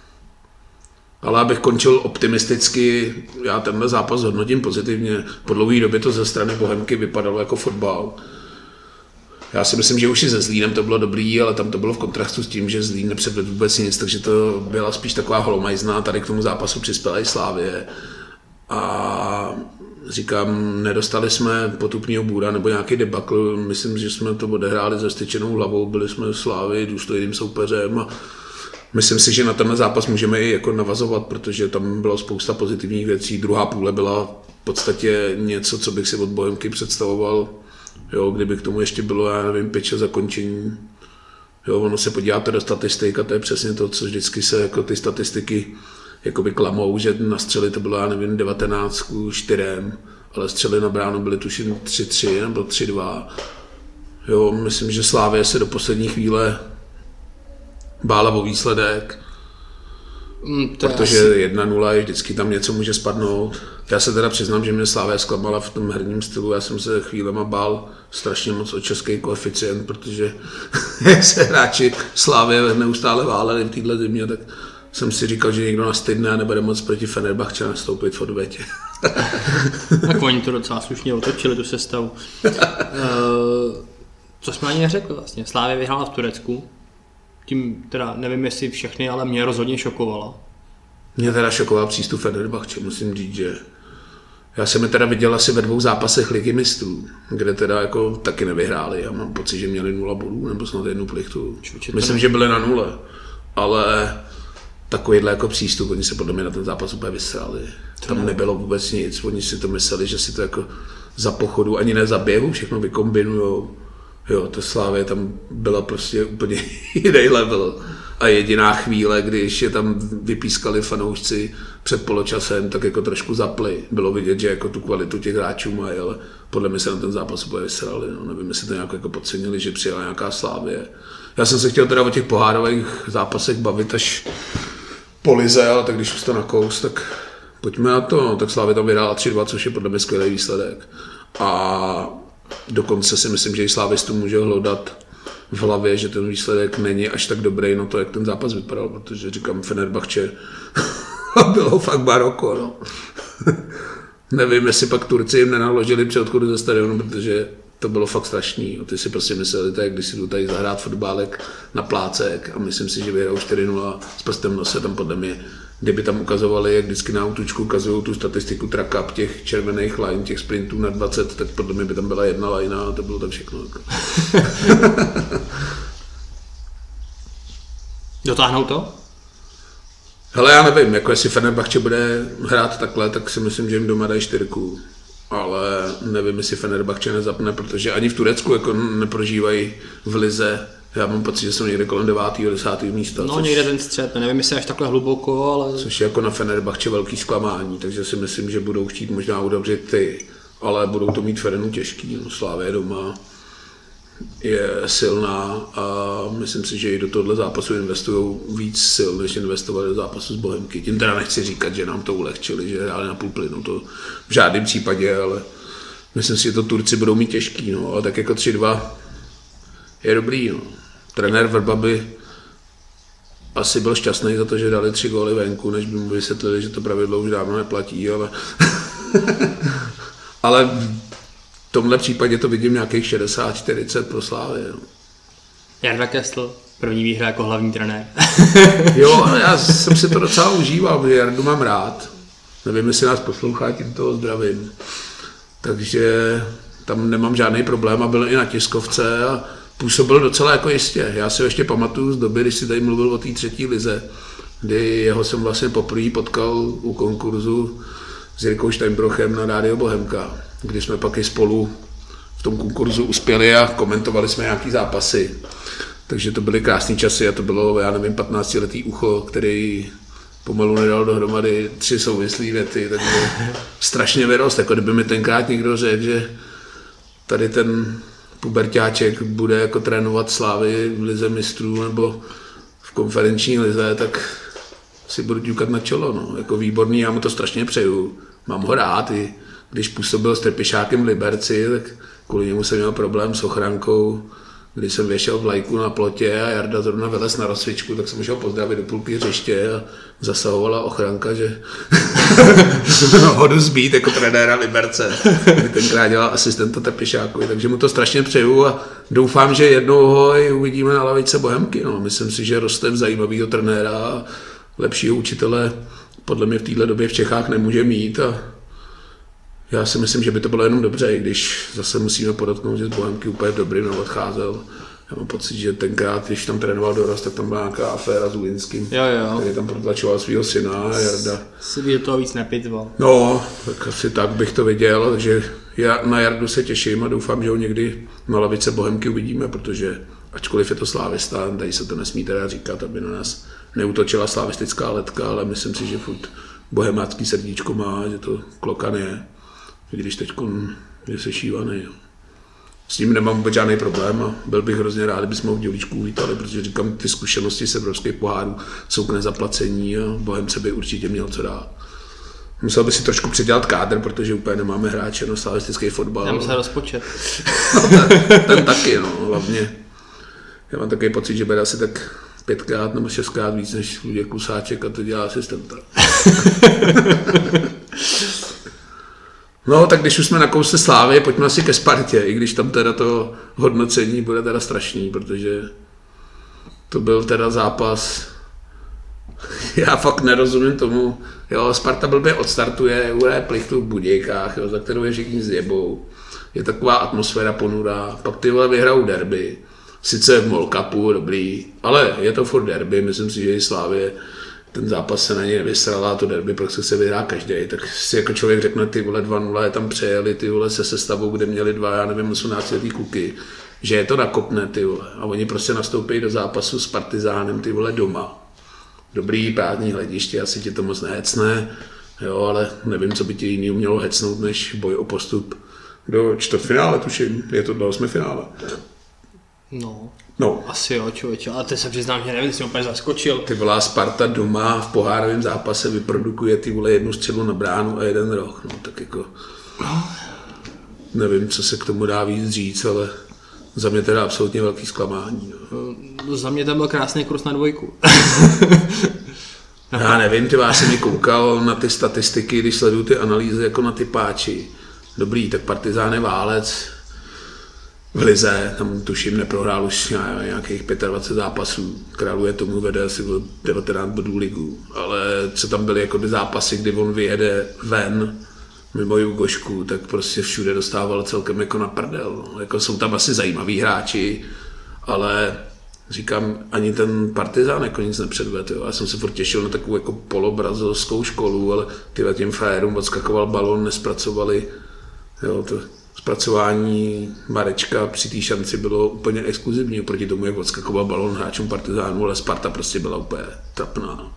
Ale abych končil optimisticky, já tenhle zápas hodnotím pozitivně. Po dlouhé době to ze strany Bohemky vypadalo jako fotbal. Já si myslím, že už i se Zlínem to bylo dobrý, ale tam to bylo v kontrastu s tím, že Zlín nepředvedl vůbec nic, takže to byla spíš taková holomajzna, tady k tomu zápasu přispěla i Slavie. A říkám, nedostali jsme potupního bůra nebo nějaký debakl, myslím, že jsme to odehráli se styčenou hlavou, byli jsme Slavii důstojným soupeřem a myslím si, že na tenhle zápas můžeme i jako navazovat, protože tam byla spousta pozitivních věcí. Druhá půle byla v podstatě něco, co bych si od Bohemky představoval. Jo, kdyby k tomu ještě bylo, já nevím, pět šest zakončení. Jo, ono se podíváte do statistik a to je přesně to, co vždycky se jako ty statistiky jakoby klamou, že na střely to bylo, já nevím, devatenáct ku čtyřem, ale střely na bránu byly tuším tři tři nebo tři dva. Jo, myslím, že Slavie se do poslední chvíle bála o výsledek, mm, protože asi... jedna nula je vždycky tam něco může spadnout. Já se teda přiznám, že mě Slavie zklamala v tom herním stylu, já jsem se chvílema bál strašně moc o český koeficient, protože se hráči Slavie neustále váleli v této zimě, tak jsem si říkal, že někdo nastydne a nebude moc proti Fenerbahče nastoupit v odvětě. Tak oni to docela slušně otočili, tu sestavu. uh, co jsme ani neřekli vlastně, Slavie vyhrála v Turecku. Tím teda nevím, jestli všechny, ale mě rozhodně šokovala. Mě teda šokoval přístup Fenerbahče, musím říct, že já jsem je teda viděl asi ve dvou zápasech Ligy mistrů, kde teda jako taky nevyhráli. Já mám pocit, že měli nula bodů, nebo snad jednu plichtu. Myslím, že byli na nule, ale takovýhle jako přístup, oni se podle mě na ten zápas úplně vysrali. Tam nebylo vůbec nic, oni si to mysleli, že si to jako za pochodu, ani ne za běhu, všechno vykombinujou. Jo, to Slavie tam byla prostě úplně jiný level. A jediná chvíle, když je tam vypískali fanoušci před poločasem, tak jako trošku zapli. Bylo vidět, že jako tu kvalitu těch hráčů mají, ale podle mě se na ten zápas úplně vysrali. No. Nevím, jestli to nějak jako podcenili, že přijela nějaká Slavie. Já jsem se chtěl teda o těch pohárových zápasech bavit až po lize, ale tak když už to nakous, tak pojďme na to. No. Tak Slavie tam vyhrála tři dva, což je podle mě skvělý výsledek. A dokonce si myslím, že i slávistům může hledat v hlavě, že ten výsledek není až tak dobrý na to, jak ten zápas vypadal, protože říkám, Fenerbahče bylo fakt baroko. No. Nevím, jestli pak Turci jim nenaložili při odchodu ze stadionu, protože to bylo fakt strašný. Ty si prostě mysleli, tak když si jdu tady zahrát fotbálek na plácek a myslím si, že vyhrál čtyři nula s prstem v nose, tam podle mě, kdyby tam ukazovali, jak vždycky na autučku ukazují tu statistiku track up těch červených line, těch sprintů na dvacet, tak podle mě by tam byla jedna lajna a to bylo tak všechno. Dotáhnou to? Hele, já nevím, jako jestli Fenerbahče bude hrát takhle, tak si myslím, že jim doma dají čtyřku. Ale nevím, jestli Fenerbahče nezapne, protože ani v Turecku jako neprožívají v lize. Já mám pocit, že jsou někde kolem devátého desátého místa. No což, někde ten střed, nevím, jestli až takhle hluboko, ale... Což je jako na Fenerbahče velký zklamání, takže si myslím, že budou chtít možná udobřit ty, ale budou to mít Ferenu těžký. No, Slavie doma je silná a myslím si, že i do tohohle zápasu investují víc sil, než investovali do zápasu s Bohemky. Tím teda nechci říkat, že nám to ulehčili, že hráli na půl plynu, to v žádném případě, ale myslím si, že to Turci budou mít těžký, no, ale tak jako tři dva je dobrý, no. Trenér Vrba by asi byl šťastný za to, že dali tři góly venku, než by mu vysvětlili, že to pravidlo už dávno neplatí, ale ale v tomhle případě to vidím nějakých šedesát čtyřicet pro Slávy. No. Jarda Kestl, první výhra jako hlavní trenér. Jo, já jsem si to docela užíval, protože Jardu mám rád. Nevím, jestli nás poslouchá, tím toho zdravím. Takže tam nemám žádný problém a byl i na tiskovce a působil docela jako jistě. Já si ještě pamatuju z doby, když si tady mluvil o té třetí lize, kdy jeho jsem vlastně poprvé potkal u konkurzu s Jirkou Steinbrochem na Rádio Bohemka, kdy jsme pak i spolu v tom konkurzu uspěli a komentovali jsme nějaký zápasy. Takže to byly krásný časy a to bylo, já nevím, patnáctiletý ucho, který pomalu nedal dohromady tři souvislý věty, takže strašně vyrost. Jako kdyby mi tenkrát někdo řekl, že tady ten puberťáček bude jako trénovat Slávy v lize mistrů nebo v konferenční lize, tak si budu ťukat na čelo. No. Jako výborný, já mu to strašně přeju. Mám ho rád, i když působil s Trpišákem v Liberci, tak kvůli němu jsem měl problém s ochrankou. Když jsem věšel vlajku na plotě a Jarda zrovna vylez na rozcvičku, tak jsem šel pozdravit do půlky hřiště a zasahovala ochranka, že hodu zbít jako trenéra Liberce, který tenkrát dělal asistenta Trpišákovi, takže mu to strašně přeju a doufám, že jednou ho uvidíme na lavice Bohemky. No. Myslím si, že roste v zajímavého trenéra a lepšího učitele podle mě v této době v Čechách nemůže mít a já si myslím, že by to bylo jenom dobře, i když zase musíme podotknout, že z Bohemky úplně v dobrým odcházel. Já mám pocit, že tenkrát, když tam trénoval Dorost, tak tam byla nějaká aféra s Ulinským, jo, jo. který tam protlačoval svého syna a Jarda. Si by do toho víc nepitval. No, tak asi tak bych to viděl, takže já na Jardu se těším a doufám, že ho někdy na lavice Bohemky uvidíme, protože ačkoliv je to slávista, tady se to nesmí teda říkat, aby na nás neútočila slavistická letka, ale myslím si, že furt bohemácký srdíčko má, že to Klokan je, když teď je sešívaný. Jo. S ním nemám vůbec žádný problém a byl bych hrozně rád, kdybychom ho v Dělíčku uvítali, protože říkám, ty zkušenosti z evropských pohárů jsou k nezaplacení a Bohemce by určitě měl co dát. Musel by si trošku předělat kádr, protože úplně nemáme hráče na slavistický fotbal. Já musel rozpočet. No, ten, ten taky, no, hlavně. Já mám takový pocit, že bude asi tak pětkrát nebo šestkrát víc než Luděk Klusáček a to dělá asistenta. No, tak když už jsme na kousce Slávy, pojďme asi ke Spartě, i když tam teda to hodnocení bude teda strašný, protože to byl teda zápas, já fakt nerozumím tomu, jo, Sparta blbě odstartuje, hraje plichtu v Budějkách, jo, za kterou je všichni zjebou, je taková atmosféra ponurá, pak ty vole vyhrajou derby, sice v Mall Cupu, dobrý, ale je to furt derby, myslím si, že i Slávě ten zápas se na něj nevysrala, to derby prostě se vyhrá každý, tak si jako člověk řekne, ty vole dva nula, je tam přejeli, ty vole se sestavou, kde měli dva, já nevím, osmnáctiletý kluky, že je to nakopne, ty vole, a oni prostě nastoupí do zápasu s Partizánem, ty vole doma. Dobrý prázdný hlediště, asi ti to moc nehecne, jo, ale nevím, co by ti jiný mělo hecnout, než boj o postup do čtvrtfinále, tuším, je to do osmi finále. No. No. Asi jo, člověče, ale teď se přiznám, že nevím, jsi úplně zaskočil. Ty volá Sparta doma v pohárovém zápase vyprodukuje ty vole jednu střelu na bránu a jeden roh, no tak jako nevím, co se k tomu dá víc říct, ale za mě teda absolutně velký zklamání. No. Za mě tam byl krásný kurz na dvojku. Já nevím, ty vás jsem mi koukal na ty statistiky, když sleduju ty analýzy jako na ty páči. Dobrý, tak Partizán je válec, v lize, tam tuším neprohrál už nějakých dvacet pět zápasů, králuje tomu, vede asi devatenáct bodů ligu, ale co tam byly jako ty zápasy, kdy on vyjede ven, mimo Jugošku, tak prostě všude dostával celkem jako na prdel. Jako jsou tam asi zajímaví hráči, ale říkám, ani ten Partizán jako nic nepředvedl. Jo. Já jsem se furt těšil na takovou jako polobrazilskou školu, ale tyhle těm frajerům odskakoval balon, nespracovali. Jo, to zpracování Marečka při té šanci bylo úplně exkluzivní oproti tomu, jak odskakoval balon hráčům Partizánu, ale Sparta prostě byla úplně trapná.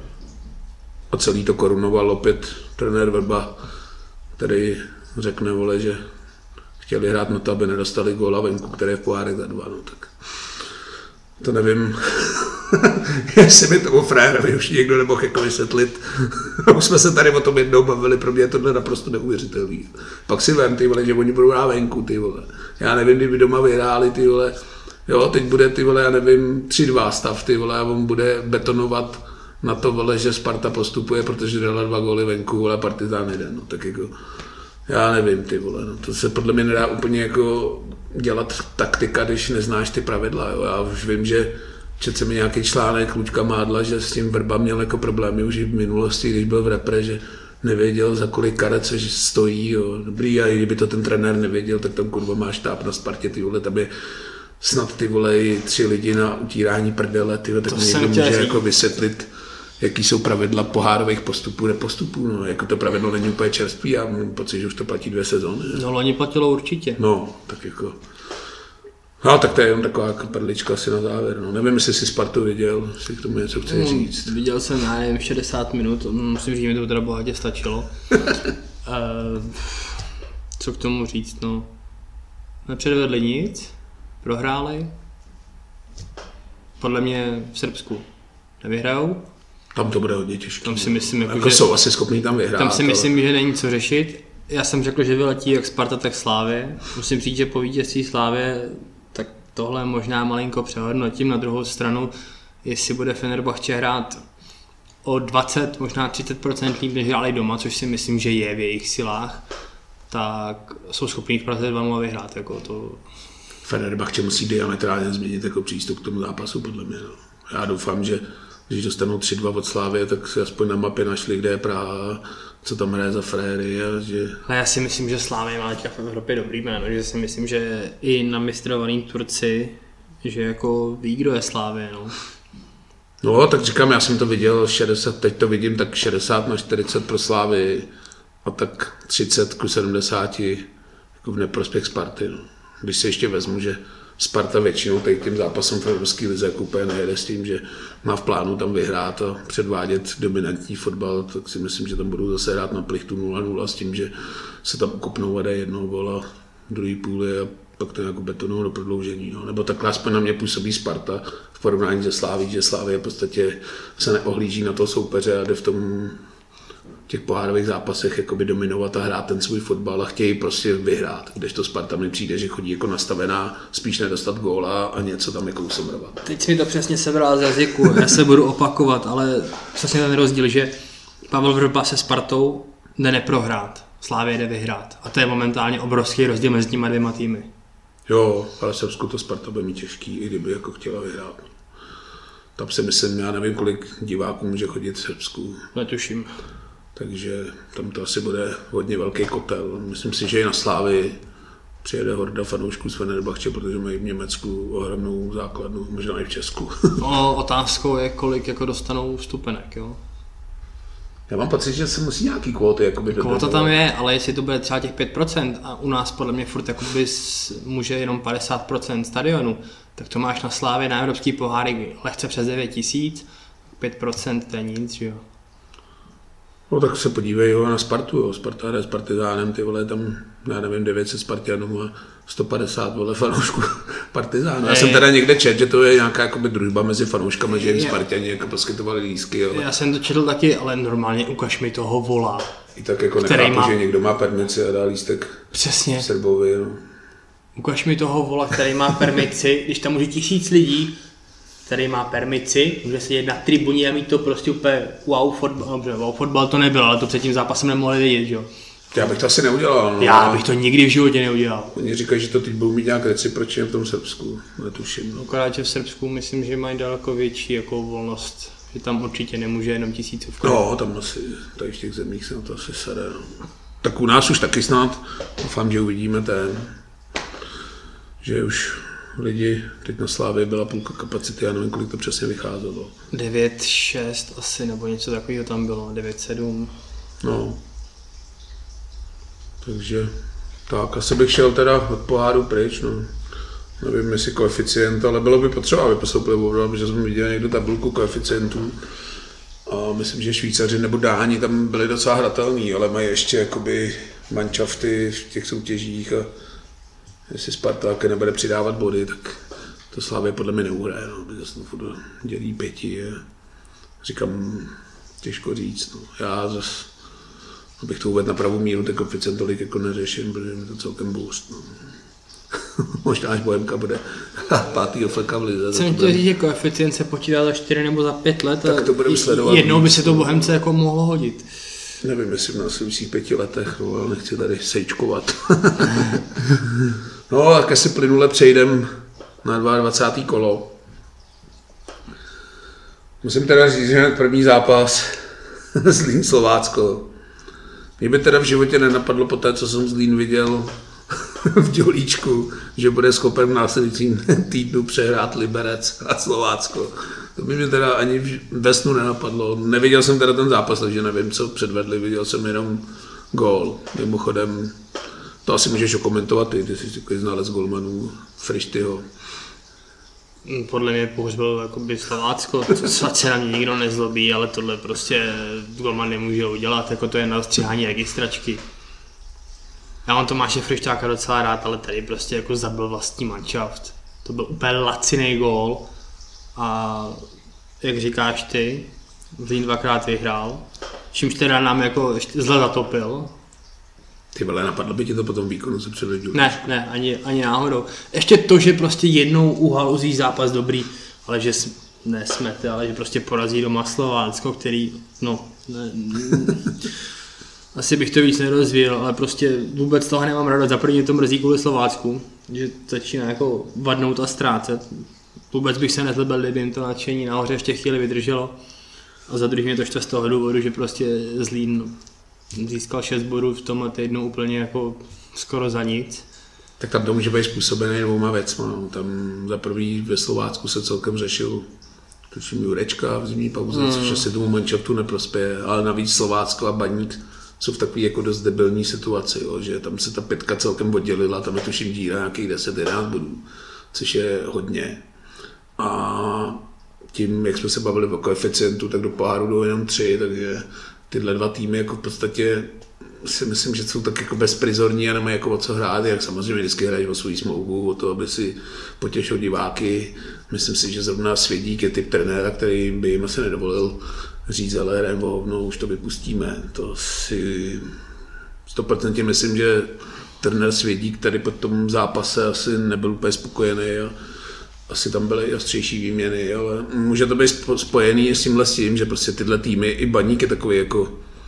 A celý to korunoval opět trenér Vrba, který řekne, vole, že chtěli hrát na to, aby nedostali góla venku, který je v pohárech za dva. No, tak to nevím, jestli mi tomu frajerovi už někdo nemohl jako vysvětlit. Už jsme se tady o tom jednou bavili, pro mě je tohle naprosto neuvěřitelný. Pak si vem, ty vole, že oni budou hrát venku, ty vole. Já nevím, kdyby doma vyhráli, ty vole. Jo, teď bude, ty vole, já nevím, tři dva stav, ty vole, a on bude betonovat na to, vole, že Sparta postupuje, protože dala dva góly venku, vole, Partizán jeden, no, tak jako, já nevím, ty vole, no, to se podle mě nedá úplně jako dělat taktika, když neznáš ty pravidla, jo. Já už vím, že četl se mi nějaký článek Luďka Mádla, že s tím Vrba měl jako problémy už i v minulosti, když byl v repre, že nevěděl, za kolik karet se stojí, jo. Dobrý, a kdyby to ten trenér nevěděl, tak tam kurva má štáb na Spartě, ty vole, tam je snad ty vole tři lidi na utírání prdele, ty vole, tak mi někdo může jako vysvětlit, jaký jsou pravidla pohárových postupů, nepostupů, no, jako to pravidlo není úplně čerstvý, já mám pocit, že už to platí dvě sezóny. No, loni platilo určitě. No, tak jako, no, tak to je jen taková jako perlička asi na závěr, no, nevím, jestli jsi Spartu viděl, jestli k tomu něco chci hmm, říct. Viděl jsem, nevím, šedesát minut, musím říct, že mi to teda bohatě stačilo. uh, co k tomu říct, no, nepředvedli nic, prohráli, podle mě v Srbsku nevyhrajou. Tam to bude hodně těžké. Tam si myslím, jako, jako že, jsou asi schopní tam vyhrát. Tam si myslím, ale... že není co řešit. Já jsem řekl, že vyletí jak Sparta, tak Slávě. Musím říct, že po vítězství Slávě, tak tohle možná malinko přehodnotím. Na druhou stranu, jestli bude Fenerbahče hrát o dvacet, možná třicet procent líp, než hráli doma, což si myslím, že je v jejich silách, tak jsou schopní v Praze dva nula vyhrát. Jako to... Fenerbahče musí diametrálně změnit jako přístup k tomu zápasu, podle mě. No. Já doufám, že když dostanou tři dva od Slávie, tak si aspoň na mapě našli, kde je Praha, co tam hraje za fréry. A že... A já si myslím, že Slávie má teďka v Evropě dobrý jméno, že si myslím, že i na mistrovaný Turci, že jako ví, kdo je Slávie. No. No, tak říkám, já jsem to viděl, šedesát, teď to vidím, tak šedesát na čtyřicet pro Slávy a tak třicet ku sedmdesáti jako v neprospěch Sparty. No. Když si ještě vezmu, že Sparta většinou tady tím zápasem v Evropské lize jako úplně nejede s tím, že má v plánu tam vyhrát a předvádět dominantní fotbal, tak si myslím, že tam budou zase hrát na plichtu nula nula s tím, že se tam ukopnou a dají jednou gola v druhý půli a pak to nějakou betonou do prodloužení. No. Nebo takhle aspoň na mě působí Sparta v porovnání se Sláví, že Slávie v podstatě se neohlíží na toho soupeře a jde v tom těch pohárových zápasech jakoby dominovat a hrát ten svůj fotbal a chtějí prostě vyhrát, kdežto Sparta mi přijde, že chodí jako nastavená, spíš nedostat góla a něco tam jako usomrovat. Teď mi to přesně sebral z jazyku, já se budu opakovat, ale přesně ten rozdíl, že Pavel Vrba se Spartou jde neprohrát, Slávě jde vyhrát a to je momentálně obrovský rozdíl mezi těma dvěma týmy. Jo, ale Srbsku to Sparta bude mít těžký, i kdyby jako chtěla vyhrát. Tam si myslím, já nevím, kolik diváků může chodit v Srbsku. Netuším. Takže tam to asi bude hodně velký kotel. Myslím si, že i na Slávy přijede horda fanoušků z Fenerbahče, protože mají v Německu ohromnou základnu, možná i v Česku. No, otázkou je, kolik jako dostanou vstupenek, jo? Já mám pocit, že se musí nějaký kvóty jakoby Kvóta tam je, ale jestli to bude třeba těch pět procent a u nás podle mě furt jakoby může jenom padesát procent stadionu, tak to máš na Slávě na evropský poháry lehce přes devět tisíc, pět procent to je nic, že jo? No tak se podívej jo, na Spartu, jo. Sparta hraje s Partizánem, ty vole, tam, já nevím, devět set Spartanů a sto padesát vole fanoušků Partizánu. Já jsem teda někde čet, že to je nějaká jakoby družba mezi fanouškami, že jim Spartani jako poskytovali lístky. Ale... Já jsem to četl taky, ale normálně ukaž mi toho vola. I tak jako nechápu, má... že někdo má permici a dá lístek Přesně. Srbovi. No. Ukaž mi toho vola, který má permici, když tam může tisíc lidí, který má permici, může sedět na tribuně a mít to prostě úplně wow fotbal, dobře, wow fotbal to nebyl, ale to před tím zápasem nemohli vědět, že jo. Já bych to asi neudělal. No. Já bych to nikdy v životě neudělal. Oni říkají, že to teď budou mít nějak recipročně v tom Srbsku, netuším. Akorát, že v Srbsku myslím, že mají daleko větší jako volnost, že tam určitě nemůže jenom tisícovka. No, tam asi, tady v těch zemích se na to asi sede. No. Tak u nás už taky snad, doufám, že uvidíme ten, že už lidi, teď na Slávě byla půlka kapacity, já nevím, kolik to přesně vycházelo. devět šest asi, nebo něco takového tam bylo, devět sedm. No. Takže tak, asi bych šel teda od poháru pryč, no. Nevím, jestli koeficient, ale bylo by potřeba, aby postoupili opravdu, protože jsme viděli někdo tabulku koeficientů. A myslím, že Švýcaři nebo Dáni tam byli docela hratelní, ale mají ještě jakoby manšafty v těch soutěžích a jestli Sparta nebude přidávat body, tak to Slavě podle mě neuhraje, no, protože se to dělí pěti a říkám, těžko říct. No. Já zase, abych to uvedl na pravou míru, tak koeficient tolik jako neřeším, protože mi to celkem boost. No. Možná až Bohemka bude pátýho fleka v lize. Jsem chtěl říct, že koeficient se počítá za čtyři nebo za pět let tak to budeme sledovat. Jednou by se to Bohemce jako mohlo hodit. Nevím, jestli v následujících pěti letech, no, ale nechci tady sejčkovat. No, tak asi plynule přejdem na dvacáté druhé kolo. Musím teda říct, že první zápas Zlín Slovácko. Mě by teda v životě nenapadlo po té, co jsem Zlín viděl v Dělíčku, že bude schopen v následujícím týdnu přehrát Liberec a Slovácko. To by mě teda ani ve snu nenapadlo. Neviděl jsem teda ten zápas, takže nevím, co předvedli, viděl jsem jenom gól. Mimochodem, to asi můžeš okomentovat ty, ty jsi takový znalec golmanů, Frištyho. Podle mě pohřbil jakoby Slovácko, co se na mě nikdo nezlobí, ale tohle prostě golman nemůže udělat, jako to je na stříhání registračky. Já mám Tomáše Frištáka docela rád, ale tady prostě jako zabil vlastní manšaft. To byl úplně laciný gól a jak říkáš ty, Zlín dvakrát vyhrál, čímž teda nám jako zle zatopil. Ty vole, napadlo by ti to po tom výkonu se předvedl? Ne, ne, ani, ani náhodou. Ještě to, že prostě jednou uhal uzí zápas dobrý, ale že nesmete, ale že prostě porazí doma Slovácko, který, no, ne, ne, asi bych to víc nerozvíjel, ale prostě vůbec toho nemám radost. Za první to mrzí kvůli Slovácku, že začíná jako vadnout a ztrácet. Vůbec bych se nezlebil, kdyby jim to nadšení nahoře ještě chvíli vydrželo. A za druhý mě to štve z toho důvodu, že prostě Zlín získal šest bodů v tomhle týdnu úplně jako skoro za nic. Tak tam to může být způsobený dvouma věcma. No. Tam za prvý ve Slovácku se celkem řešil tuším Jurečka v zimní pauze, mm. což asi tomu manšaftu neprospěje, ale navíc Slovácko a Baník jsou v takové jako dost debilní situaci, jo, že tam se ta pětka celkem oddělila, tam je tuším díra nějakých deset jedenáct bodů, což je hodně. A tím, jak jsme se bavili o koeficientu, tak do poháru jdou jenom tři, takže tyhle dva týmy jako v podstatě si myslím, že jsou tak jako bezprizorní a nemají jako o co hrát, jak samozřejmě vždycky hrají o svou smlouvu, o to, aby si potěšil diváky. Myslím si, že zrovna Svědík je typ trenéra, který by jim asi nedovolil říct, ale hrajeme o hovno, už to vypustíme. To si sto procent myslím, že trenér Svědík tady po tom zápase asi nebyl úplně spokojený a asi tam byly ostřejší výměny, ale může to být spojený s tímhle s tím, že prostě tyhle týmy, i Baník je takový jako,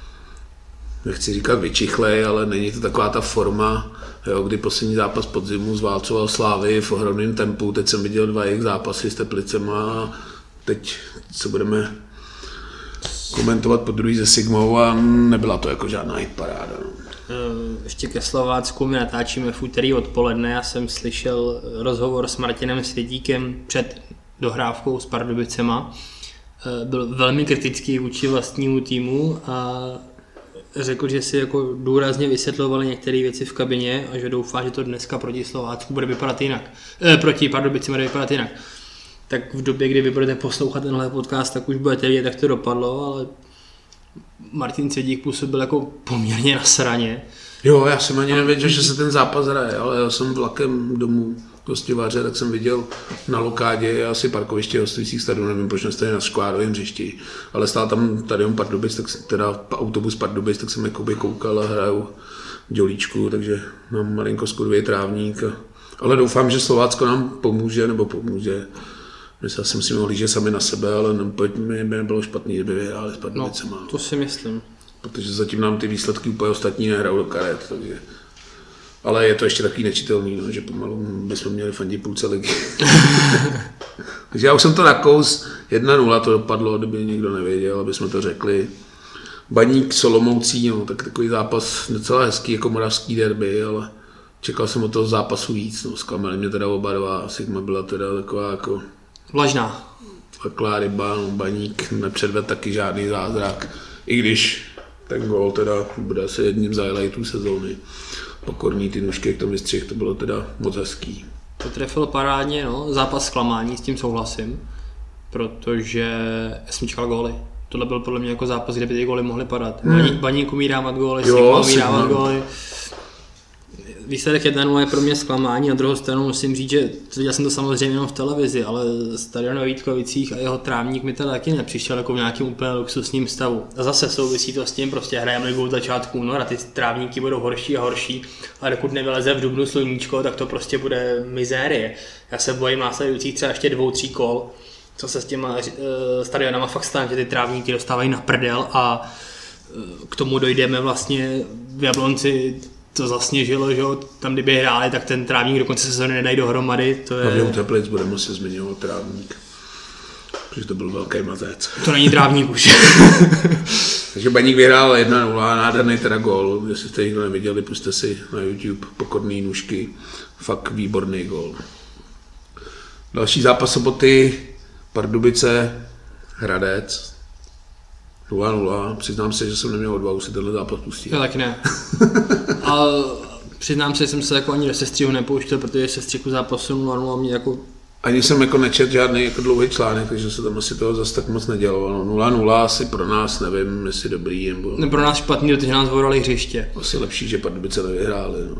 nechci říkat vyčichlej, ale není to taková ta forma, jo, kdy poslední zápas podzimu zválcoval Slávy v ohromném tempu, teď jsem viděl dva jejich zápasy s Teplicema a teď se budeme komentovat po druhý se Sigmou a nebyla to jako žádná hitparáda. No. Ještě ke Slovácku my natáčíme v úterý odpoledne, já jsem slyšel rozhovor s Martinem Svědíkem před dohrávkou s Pardubicema. Byl velmi kritický vůči vlastnímu týmu a řekl, že si jako důrazně vysvětlovali některé věci v kabině a že doufá, že to dneska proti Slovácku bude vypadat jinak. Eh, proti Pardubicem bude vypadat jinak. Tak v době, kdy vy budete poslouchat tenhle podcast, tak už budete vědět, jak to dopadlo, ale Martin Svědík působil jako poměrně na sraně. Jo, já jsem ani nevěděl, že se ten zápas hraje, ale já jsem vlakem domů Gostivaře, tak jsem viděl na lokádě asi parkoviště hostujících stadionů, nevím, proč nestají na Škvádovém hřišti, ale stál tam stadion Pardubic, tak teda autobus Pardubic, tak jsem jakoby koukal a hraju dělíčku, takže mám malinko skurvý trávník. A, ale doufám, že Slovácko nám pomůže, nebo pomůže. My se asi musíme ohlížet sami na sebe, ale mi by nebylo špatný, kdyby vyhráli s Pardubicema. No, to si myslím. Protože zatím nám ty výsledky úplně ostatní nehrajou do karet, takže... Ale je to ještě takový nečitelný, no, že pomalu bychom měli fandit půlce ligy. Takže já už jsem to nakous, jedna nula to dopadlo, kdyby někdo nevěděl, aby jsme to řekli. Baník Solomoucí, no, tak takový zápas docela hezký, jako moravský derby, ale čekal jsem od toho zápasu víc, no, zklamali mě teda oba dva, Sigma byla teda taková jako... Vlažná. Taková ryba, no, Baník nepředvedl taky žádný zázrak, i když ten gól teda bude asi jedním z highlightů sezóny. Pokorný ty nůžky, jak to vystřih, to bylo teda moc hezký. To trefilo parádně, no, zápas zklamání, s tím souhlasím, protože jsem čekal góly. Tohle byl podle mě jako zápas, kde by ty góly mohly padat. Hmm. Baník, Baník umí dávat góly, Sigma umí dávat góly. Výsledek jedna nula je pro mě zklamání, na druhou stranu musím říct, že viděl jsem to samozřejmě jenom v televizi, ale stadion ve Vítkovicích a jeho trávník mi teda taky nepřišel jako v nějakém úplně luxusním stavu. A zase souvisí to s tím, prostě hrajeme ligu od začátku února, ty trávníky budou horší a horší, a dokud nevyleze v dubnu sluníčko, tak to prostě bude mizérie. Já se bojím následujících třeba ještě dvou, tří kol, co se s těma uh, stadionama fakt stane, že ty trávníky dostávají na prdel a uh, k tomu dojdeme vlastně v Jablonci. To zasněžilo, že jo, tam kdyby hráli, tak ten trávník do konce sezóny nedají dohromady, to je... Hlavně u Teplic budeme muset zmiňovat trávník, protože to byl velký mazec. To není trávník už. Takže Baník vyhrál jedna nula, nádherný teda gól, jestli jste nikdo neviděli, puste si na YouTube Pokorný nůžky, fakt výborný gól. Další zápas soboty, Pardubice, Hradec. nula nula, přiznám se, že jsem neměl odvahu si tenhle zápas pustit. Já taky ne. A přiznám se, že jsem se jako ani do sestřihu nepouštěl, protože sestřihu zápasu nula nula mě jako... Ani jsem jako nečet žádný jako dlouhý článek, takže se tam asi toho zase tak moc nedělo. No, nula nula asi pro nás, nevím, jestli dobrý, nebo... Ne, pro nás špatný, protože nás vorali hřiště. Asi lepší, že Pardubice nevyhráli. No.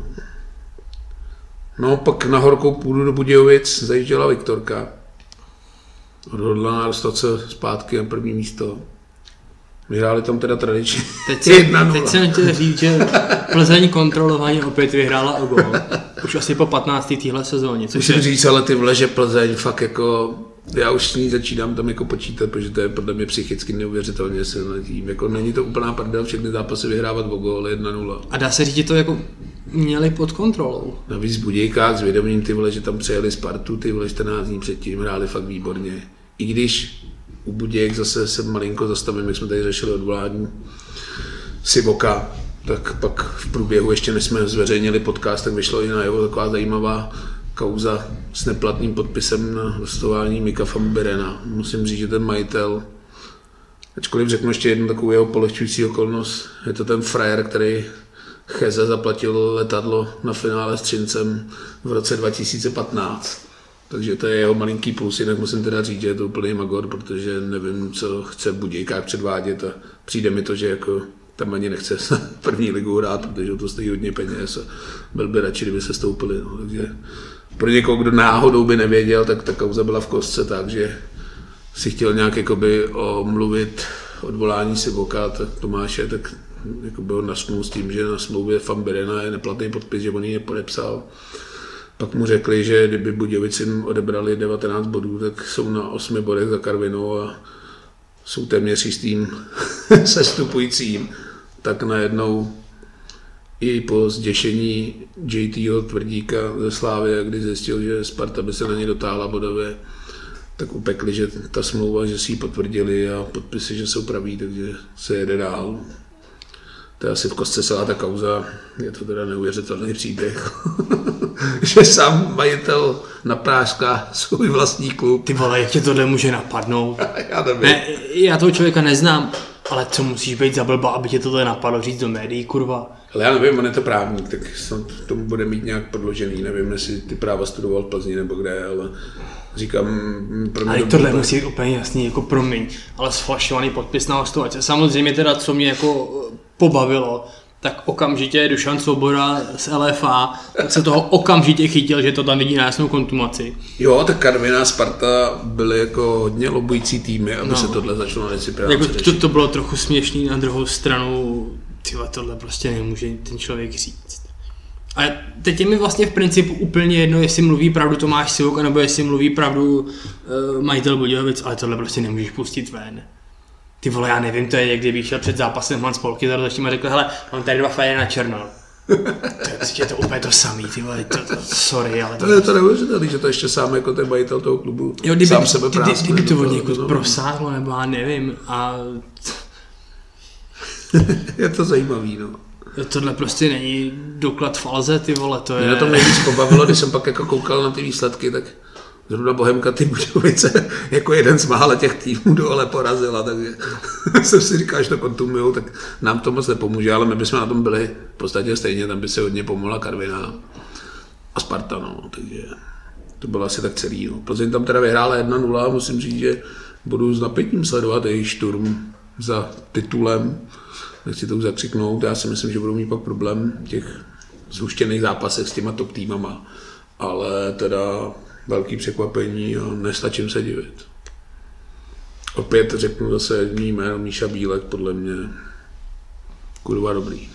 no pak na horkou půdu do Budějovic zajížděla Viktorka. Odhodlaná dostat se zpátky na první místo. Vyhráli tam teda tradičně jedna nula. Teď jsem chtěl říct, že Plzeň kontrolovaně opět vyhrála o gól. Už asi po patnácté téhle sezóně. Musím je... říct, ale ty vole, že Plzeň fakt jako Já už s ní začínám tam jako počítat, protože to je podle mě psychicky neuvěřitelně silný tým. Jako není to úplná prdel, všechny zápasy vyhrávat o gól jedna nula. A dá se říct, že to jako měli pod kontrolou. Navíc v Budějkách s vědomím, ty vole, že tam přejeli Spartu, ty vole, čtrnáct dní předtím, hráli fakt výborně. I když u Budějek zase se malinko zastavím, jak jsme tady řešili odvolání Sivoka, tak pak v průběhu, ještě než jsme zveřejnili podcast, tak vyšlo i na jeho taková zajímavá kauza s neplatným podpisem na hostování Mika Famberena. Musím říct, že ten majitel, ačkoliv řeknu ještě jednu takovou jeho polehčující okolnost, je to ten frajer, který Cheze zaplatil letadlo na finále s Třincem v roce dva tisíce patnáct. Takže to je jeho malinký plus, jinak musím teda říct, že je to úplný magor, protože nevím, co chce v Budějkách předvádět a přijde mi to, že jako tam ani nechce první ligu hrát, protože to stojí hodně peněz a byl by radši, kdyby se stoupili. No. Takže pro někoho, kdo náhodou by nevěděl, tak ta kauza byla v kostce, takže si chtěl nějak jakoby omluvit odvolání Sivoka, tak Tomáše, tak jako byl nasmluv s tím, že na smlouvě Famberena je neplatný podpis, že on ji nepodepsal. Pak mu řekli, že kdyby Budějovicím odebrali devatenáct bodů, tak jsou na osmi bodech za Karvinou a jsou téměř jistým sestupujícím. Tak najednou i po zděšení J T Tvrdíka ze Slávy, kdy zjistil, že Sparta by se na ně dotáhla bodově, tak upekli, že ta smlouva, že si ji potvrdili a podpisy, že jsou praví, takže se jede dál. To je asi v kostce celá ta kauza, je to teda neuvěřitelný příběh, že sám majitel naprášká svůj vlastní klub. Ty vole, jak tě tohle může napadnout? Já nevím. Ne, já toho člověka neznám, ale co musíš být za blba, aby tě tohle napadlo říct do médií, kurva? Ale já nevím, on je to právník, tak snad tomu bude mít nějak podložený, nevím, jestli ty práva studoval v Plzni nebo kde, ale říkám, pro mě ale to tohle bude... musí být úplně jasný, jako promiň, ale sfalšovaný podpis na hostovačce. Samozřejmě teda, co mě jako pobavilo, tak okamžitě Dušan Svoboda z L F A, tak se toho okamžitě chytil, že to tam vidí na jasnou kontumaci. Jo, tak Karviná a Sparta byly jako hodně lobující týmy, aby no. se tohle začalo reciprovat. Jako to, to bylo trochu směšný, na druhou stranu, tyhle, tohle prostě nemůže ten člověk říct. A teď je mi vlastně v principu úplně jedno, jestli mluví pravdu Tomáš Sivok, nebo jestli mluví pravdu uh, majitel Budějovic, ale tohle prostě nemůžeš pustit ven. Ty vole, já nevím, to je jak kdyby šel před zápasem Hans Polky za rozhodčím a řekl, hele, mám tady dva frajery na černo. To je to úplně to samý, ty vole, to, to, sorry, ale... To je to neuvěřitelný, že to ještě sám jako ten majitel toho klubu jo, kdyby, sám sebe práskne. Kdyby to od někud prosáhlo, nebo já nevím, a... Je to zajímavý, no. Tohle prostě není doklad falze, ty vole, to je... Mě na tom nejvíc pobavilo, když jsem pak jako koukal na ty výsledky, tak zrovna Bohemka ty Budějovice jako jeden z mála těch týmů dole porazila, takže jsem si říkal, že to kontumujou, tak nám to moc nepomůže, ale my bychom na tom byli v podstatě stejně, tam by se hodně pomohla Karviná a Sparta, no, takže to bylo asi tak celý, no. Plzeň tam teda vyhrála jedna nula a musím říct, že budu s napětím sledovat jejich šturm za titulem, nechci to už zakřiknout, já si myslím, že budou mít pak problém v těch zhuštěných zápasech s těma top týmama, ale teda velký překvapení a nestačím se divit. Opět řeknu zase jedný jméno Míša Bílek, podle mě kurva dobrý.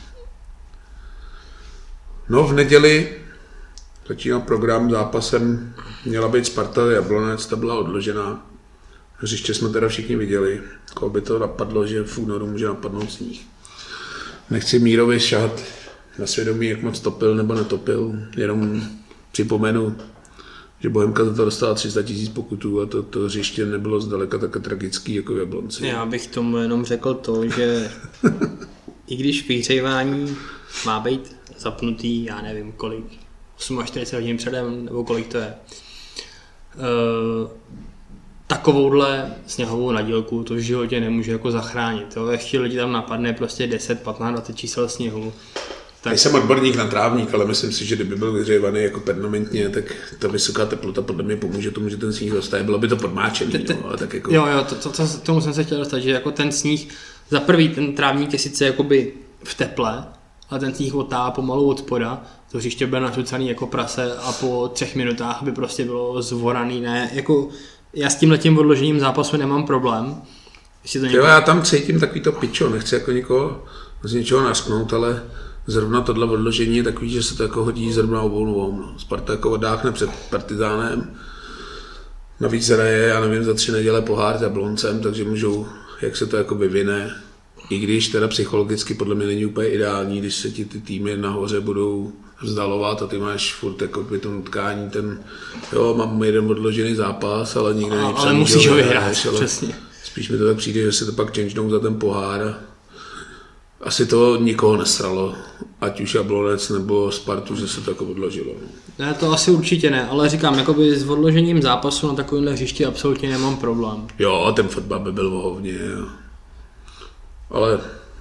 No v neděli začínal program zápasem, měla být Sparta Jablonec, ta byla odložená. Hřiště jsme teda všichni viděli, koho by to napadlo, že v únoru může napadnout sníh. Nechci Mírovi šahat na svědomí, jak moc topil nebo netopil, jenom připomenu, že Bohemka za to dostala tři sta tisíc pokutů a to, to hřiště nebylo zdaleka tak tragický jako v Jablonci. Já bych tomu jenom řekl to, že i když vyhřívání má být zapnutý, já nevím kolik, čtyřicet osm hodin předem, nebo kolik to je, uh, takovouhle sněhovou nadílku to v životě nemůže jako zachránit. Jo? Ve chvíli lidi tam napadne prostě deset, patnáct, dvacet čísel sněhu. Tak... Nejsem odborník na trávník, ale myslím si, že kdyby byl vyhřívaný jako permanentně, tak ta vysoká teplota podle mě pomůže tomu, že ten sníh roztaje. Bylo by to podmáčený, te, no, ale tak jako... Jo, jo, to, to, to, tomu jsem se chtěl dostat, že jako ten sníh, za prvý ten trávník je sice jakoby v teple, ale ten sníh otá pomalu od spoda, to hřiště bude nařucaný jako prase a po třech minutách by prostě bylo zvoraný, ne, jako já s tímhletím odložením zápasu nemám problém. To někdo... Jo, já tam cítím takový to pičo, nechci jako někoho z něčeho nasknout, ale zrovna tohle odložení je takový, že se to jako hodí zrovna obou nohou. No. Sparta jako oddáchne před Partizánem, navíc hraje, já nevím, za tři neděle pohár s Jabloncem, takže můžou, jak se to jako vyvine. I když teda psychologicky podle mě není úplně ideální, když se ti ty týmy nahoře budou vzdalovat a ty máš furt jako by to nutkání, ten, jo, mám jeden odložený zápas, ale nikde není psaný, ale musíš ho vyhrát, přesně. Spíš mi to tak přijde, že se to pak changenou za ten pohár. Asi to nikoho nesralo, ať už Jablonec nebo Spartu, že se to jako odložilo. Ne, to asi určitě ne, ale říkám, jakoby s odložením zápasu na takovémhle hřišti absolutně nemám problém. Jo, ten fotbal by byl vohovně, jo. Ale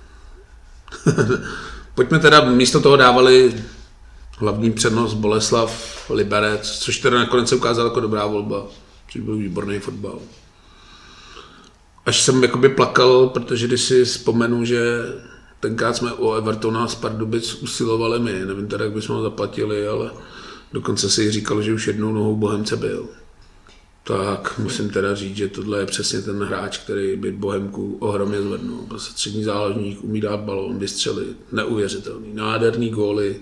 pojďme teda, místo toho dávali hlavní přednost Boleslav, Liberec, což teda nakonec se ukázala jako dobrá volba, což byl výborný fotbal. Až jsem jakoby plakal, protože když si vzpomenu, že tenkrát jsme o Evertona z Pardubic usilovali my, nevím teda, jak bychom ho zaplatili, ale dokonce si říkal, že už jednou nohou Bohemce byl. Tak musím teda říct, že tohle je přesně ten hráč, který by Bohemku ohromně zvednul. Prostě střední záložník, umí dát balón, vystřelit, neuvěřitelný, nádherný góly.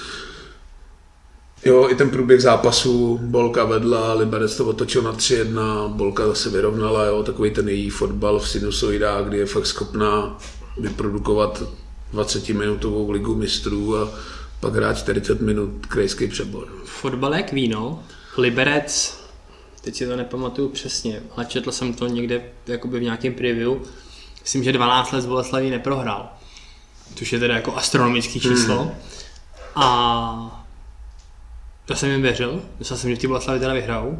Jo, i ten průběh zápasu, Bolka vedla, Liberec to otočil na tři jedna, Bolka zase vyrovnala, jo, takový ten její fotbal v sinusoidách, kdy je fakt schopná vyprodukovat dvacetiminutovou ligu mistrů a pak hrát čtyřicet minut krajský přebor. Fotbal jak víno, Liberec, teď si to nepamatuju přesně, ale četl jsem to někde jakoby v nějakém preview, myslím, že dvanáct let z Boleslaví neprohrál, což je teda jako astronomický číslo. Hmm. A to jsem jim věřil, myslel jsem, že v té Boleslavi teda vyhrajou.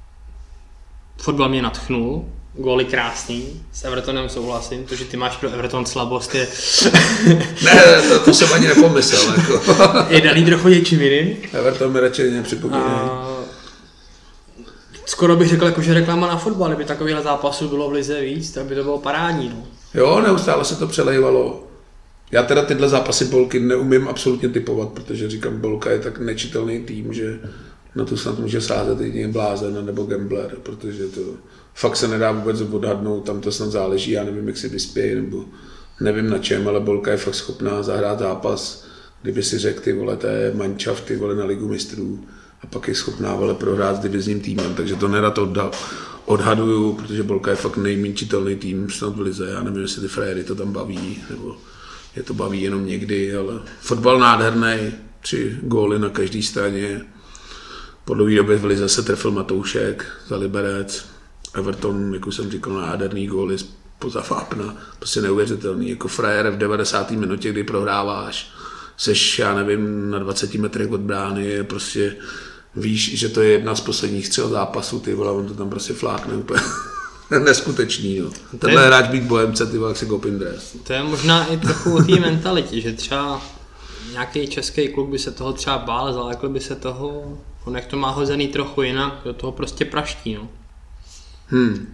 Fotbal mě nadchnul, góly krásný, s Evertonem souhlasím, to, že ty máš pro Everton slabost je... ne, to, to jsem ani nepomyslel. Jako. Je daný trochu něčím jiným. Everton mi radši nepřipomínají. A... Skoro bych řekl, jako, že reklama na fotbal, kdyby takovýhle zápasů bylo v lize víc, tak by to bylo parádní. No. Jo, neustále se to přelejvalo. Já teda tyhle zápasy Bolky neumím absolutně typovat, protože říkám, Bolka je tak nečitelný tým, že na to snad může sázet jedině blázen nebo gambler, protože to fakt se nedá vůbec odhadnout, tam to snad záleží, já nevím, jak si vyspějí, nebo nevím na čem, ale Bolka je fakt schopná zahrát zápas, kdyby si řekl, ty vole, to je mančaft, ty vole, na ligu mistrů, a pak je schopná, vole, prohrát s divizním týmem, takže to nerad odhaduju, protože Bolka je fakt nejméně čitelný tým snad v lize, já nevím, jestli ty frajery to tam baví, nebo je to baví jenom někdy, ale fotbal nádherný, tři góly na každé straně. Po dlouhé době v lize se trefil Matoušek za Liberec, Everton, jak už jsem říkal, nádherný góly poza Fápna, prostě neuvěřitelný, jako frajer v devadesáté minutě, kdy prohráváš, seš, já nevím, na dvaceti metrech od brány, je prostě, víš, že to je jedna z posledních střel zápasů, ty vole, on to tam prostě flákne úplně. Neskutečný, no. Tenhle je... hráč být Bohemce, ty vole, jak si koupím dres. To je možná i trochu o té mentalitě, že třeba nějaký český klub by se toho třeba bál, zalekl by se toho, on jak to má hozený trochu jinak, do toho prostě praští, no. Hmm.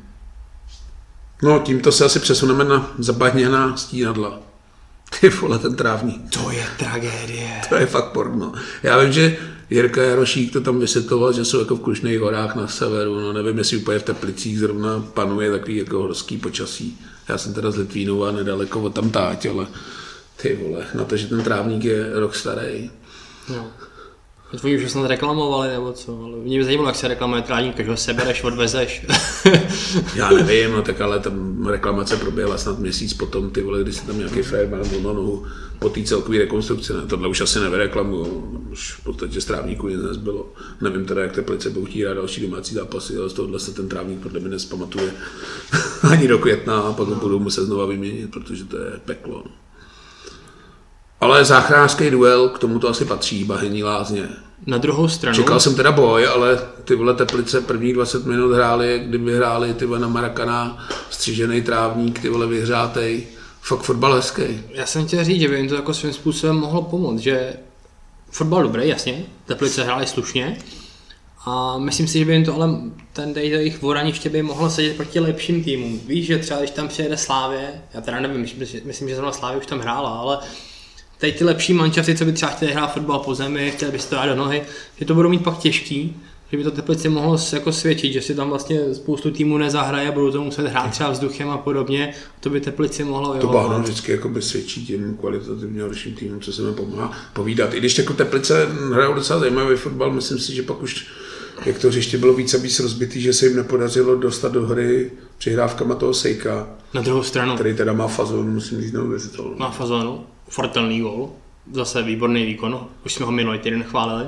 No, tímto se asi přesuneme na zabahněná stínadla. Ty vole, ten trávník. To je tragédie. To je fakt porno. Já vím, že Jirka Jarošík to tam vysvětloval, že jsou jako v Krušných horách na severu, no nevím, jestli úplně v Teplicích zrovna panuje takový jako horský počasí. Já jsem teda z Litvínova nedaleko od tam táť, ale ty vole, na to, že ten trávník je rok starý. No. Oni už snad reklamovali nebo co, ale mě by zajímalo, jak se reklamuje trávník, když ho sebereš, odvezeš. Já nevím, no tak ale tam reklamace proběhla snad měsíc potom, ty vole, když se tam nějaký frajer má na nohu po té celkové rekonstrukci, ne? Tohle už asi nevyreklamuju, už v podstatě z trávníku nic nezbylo. Nevím teda, jak Teplice budou chtít další domácí zápasy, ale z tohohle se ten trávník podle mě nespamatuje ani do května a pak ho budou muset znova vyměnit, protože to je peklo. Ale záchranářský duel, k tomu to asi patří, Bahenní Lázně. Na druhou stranu... Čekal jsem teda boj, ale ty vole Teplice prvních dvacet minut hráli, kdy vyhráli ty vole na Maracana, střížený trávník, ty vole vyhřátej, fakt fotbal hezký. Já jsem chtěl říct, že by jim to jako svým způsobem mohlo pomoct, že fotbal dobrý, jasně, Teplice hráli slušně a myslím si, že by jim to ale ten jejich voraniště by mohlo sedět proti lepším týmům. Víš, že třeba když tam přijede Slávě, já teda nevím, myslím, že zrovna Slávě už tam hrála, ale tady ty lepší mančafty, co by třeba chtěli hrát fotbal po zemi, chtěli by si to dát do nohy, že to budou mít pak těžký, že by to Teplice mohlo jako svědčit, že si tam vlastně spoustu týmů nezahraje a budou to muset hrát třeba vzduchem a podobně, to by Teplici mohlo vyhovovat. To Bahno vždycky jako by svědčí těm kvalitativně horším týmům, co se mi pomáhá povídat. I když jako Teplice hrajou docela zajímavý fotbal, myslím si, že pak už jak to hřiště bylo víc a víc rozbitý, že se jim nepodařilo dostat do hry přihrávkama toho Sejka. Na druhou stranu. Který teda má fazon, musím říct neuvěřitelný. Má fazonu, fortelný gól, zase výborný výkon, už jsme ho minulý týden chválili.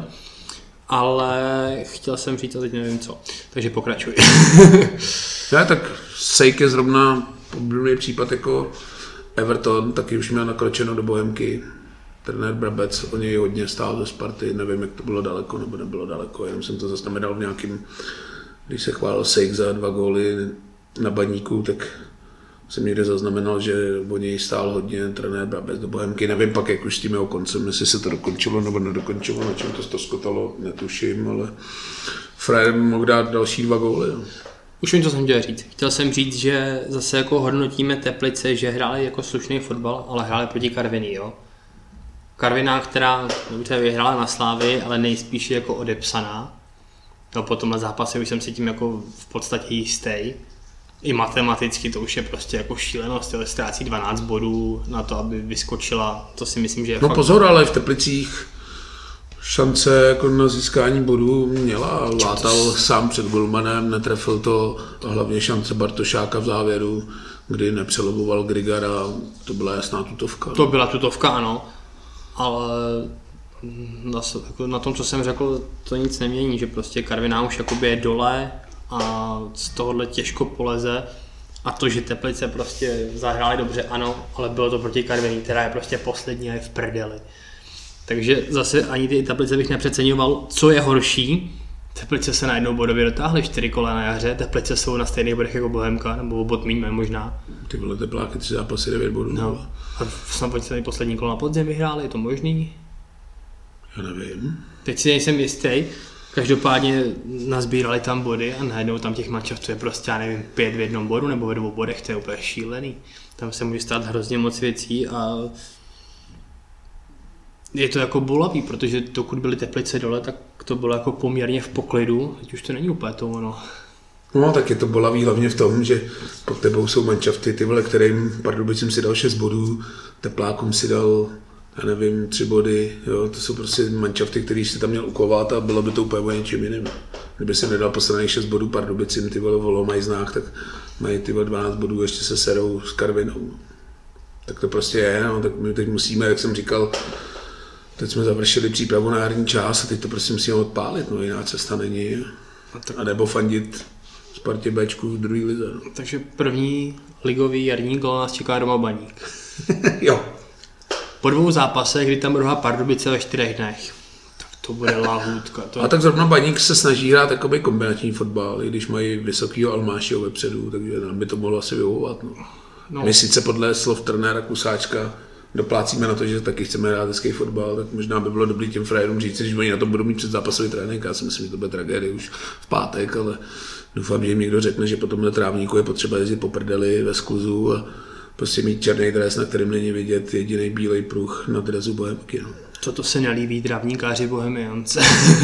Ale chtěl jsem říct a teď nevím co, takže pokračuj. Ne, tak Sejk je zrovna podobný případ jako Everton, taky už měl nakročeno do Bohemky. Trenér Brabec o něj hodně stál ze Sparty, nevím, jak to bylo daleko nebo nebylo daleko, jenom jsem to zaznamenal v nějakým, když se chválil Sejk za dva góly na Baníku, tak jsem někde zaznamenal, že o něj stál hodně trenér Brabec do Bohemky. Nevím pak, jak už s tím jeho koncem, jestli se to dokončilo nebo nedokončilo, na čem to ztroskotalo, netuším, ale frajer mohl dát další dva góly. Už vím, co jsem chtěl říct. Chtěl jsem říct, že zase jako hodnotíme Teplice, že hráli jako slušný fotbal, ale hráli proti Karviní, jo. Karviná, která dobře vyhrála na Slávy, ale nejspíš jako odepsaná. No, po tomhle zápase už jsem si tím jako v podstatě jistý. I matematicky to už je prostě jako šílenost, ale ztrácí dvanáct bodů na to, aby vyskočila, to si myslím, že je no fakt... pozor, ale v Teplicích šance jako na získání bodů měla, látal sám před golmanem, netrefil to a hlavně šance Bartošáka v závěru, kdy nepřeloboval Grigara, to byla jasná tutovka. To byla tutovka, ano, ale na, jako na tom, co jsem řekl, to nic nemění, že prostě Karviná už jakoby je dole a z tohohle těžko poleze a to, že Teplice prostě zahráli dobře, ano, ale bylo to proti Karviní, která je prostě poslední a je v prdeli. Takže zase ani ty Teplice bych nepřeceňoval, co je horší. Teplice se najednou bodově dotáhly čtyři kola na jaře, Teplice jsou na stejných bodech jako Bohemka, nebo o bod míň možná. Ty vole Tepláky, tři zápasy, devět bodů. No. A snad pojďte poslední kolo na podzim vyhráli, je to možný? Já nevím. Teď si nejsem jistý. Každopádně nazbírali tam body a najednou tam těch mančaftů je prostě, já nevím, pět v jednom bodu nebo ve dvou bodech, to je úplně šílený. Tam se může stát hrozně moc věcí a je to jako bolavý, protože dokud byly Teplice dole, tak to bylo jako poměrně v poklidu, teď už to není úplně to ono. No, tak je to bolavý hlavně v tom, že pod tebou jsou manšafty, ty vole, kterým Pardubicím si dal šest bodů, Teplákům si dal, já nevím, tři body, jo, to jsou prostě manšafty, který si tam měl ukovat a bylo by to úplně o něčím jiným. Kdyby si nedal posledních šest bodů Pardubicím, ty vole, volo mají znák, tak mají ty vole dvanáct bodů, ještě se serou s Karvinou. Tak to prostě je, no, tak my teď musíme, jak jsem říkal, teď jsme završili přípravu na jarní čas a teď to prostě musíme odpálit, no jiná cesta není. A, tak... a nebo fandit Spartě Bčku v druhé lize. No. Takže první ligový jarní gól nás čeká doma Baník. Jo. Po dvou zápasech, kdy tam druhá Pardubice ve čtyřech dnech. Tak to bude lahůdka. To... A tak zrovna Baník se snaží hrát jakoby kombinační fotbal, i když mají vysokýho Almášiho vepředu, takže nám by to mohlo asi vyhovovat. No. No. My sice podle slov trenéra Kusáčka doplácíme na to, že taky chceme hrát hezký fotbal, tak možná by bylo dobrý těm frajerům říct, že oni na tom budou mít předzápasový trénink. Já si myslím, že to bude tragédie už v pátek, ale doufám, že jim někdo řekne, že po tomhle trávníku je potřeba jezdit po prdeli ve skluzu a prostě mít černý dres, na kterém není vidět jediný bílej pruh na dresu Bohemky. No. Co to se nelíbí trávníkáři Bohemiance?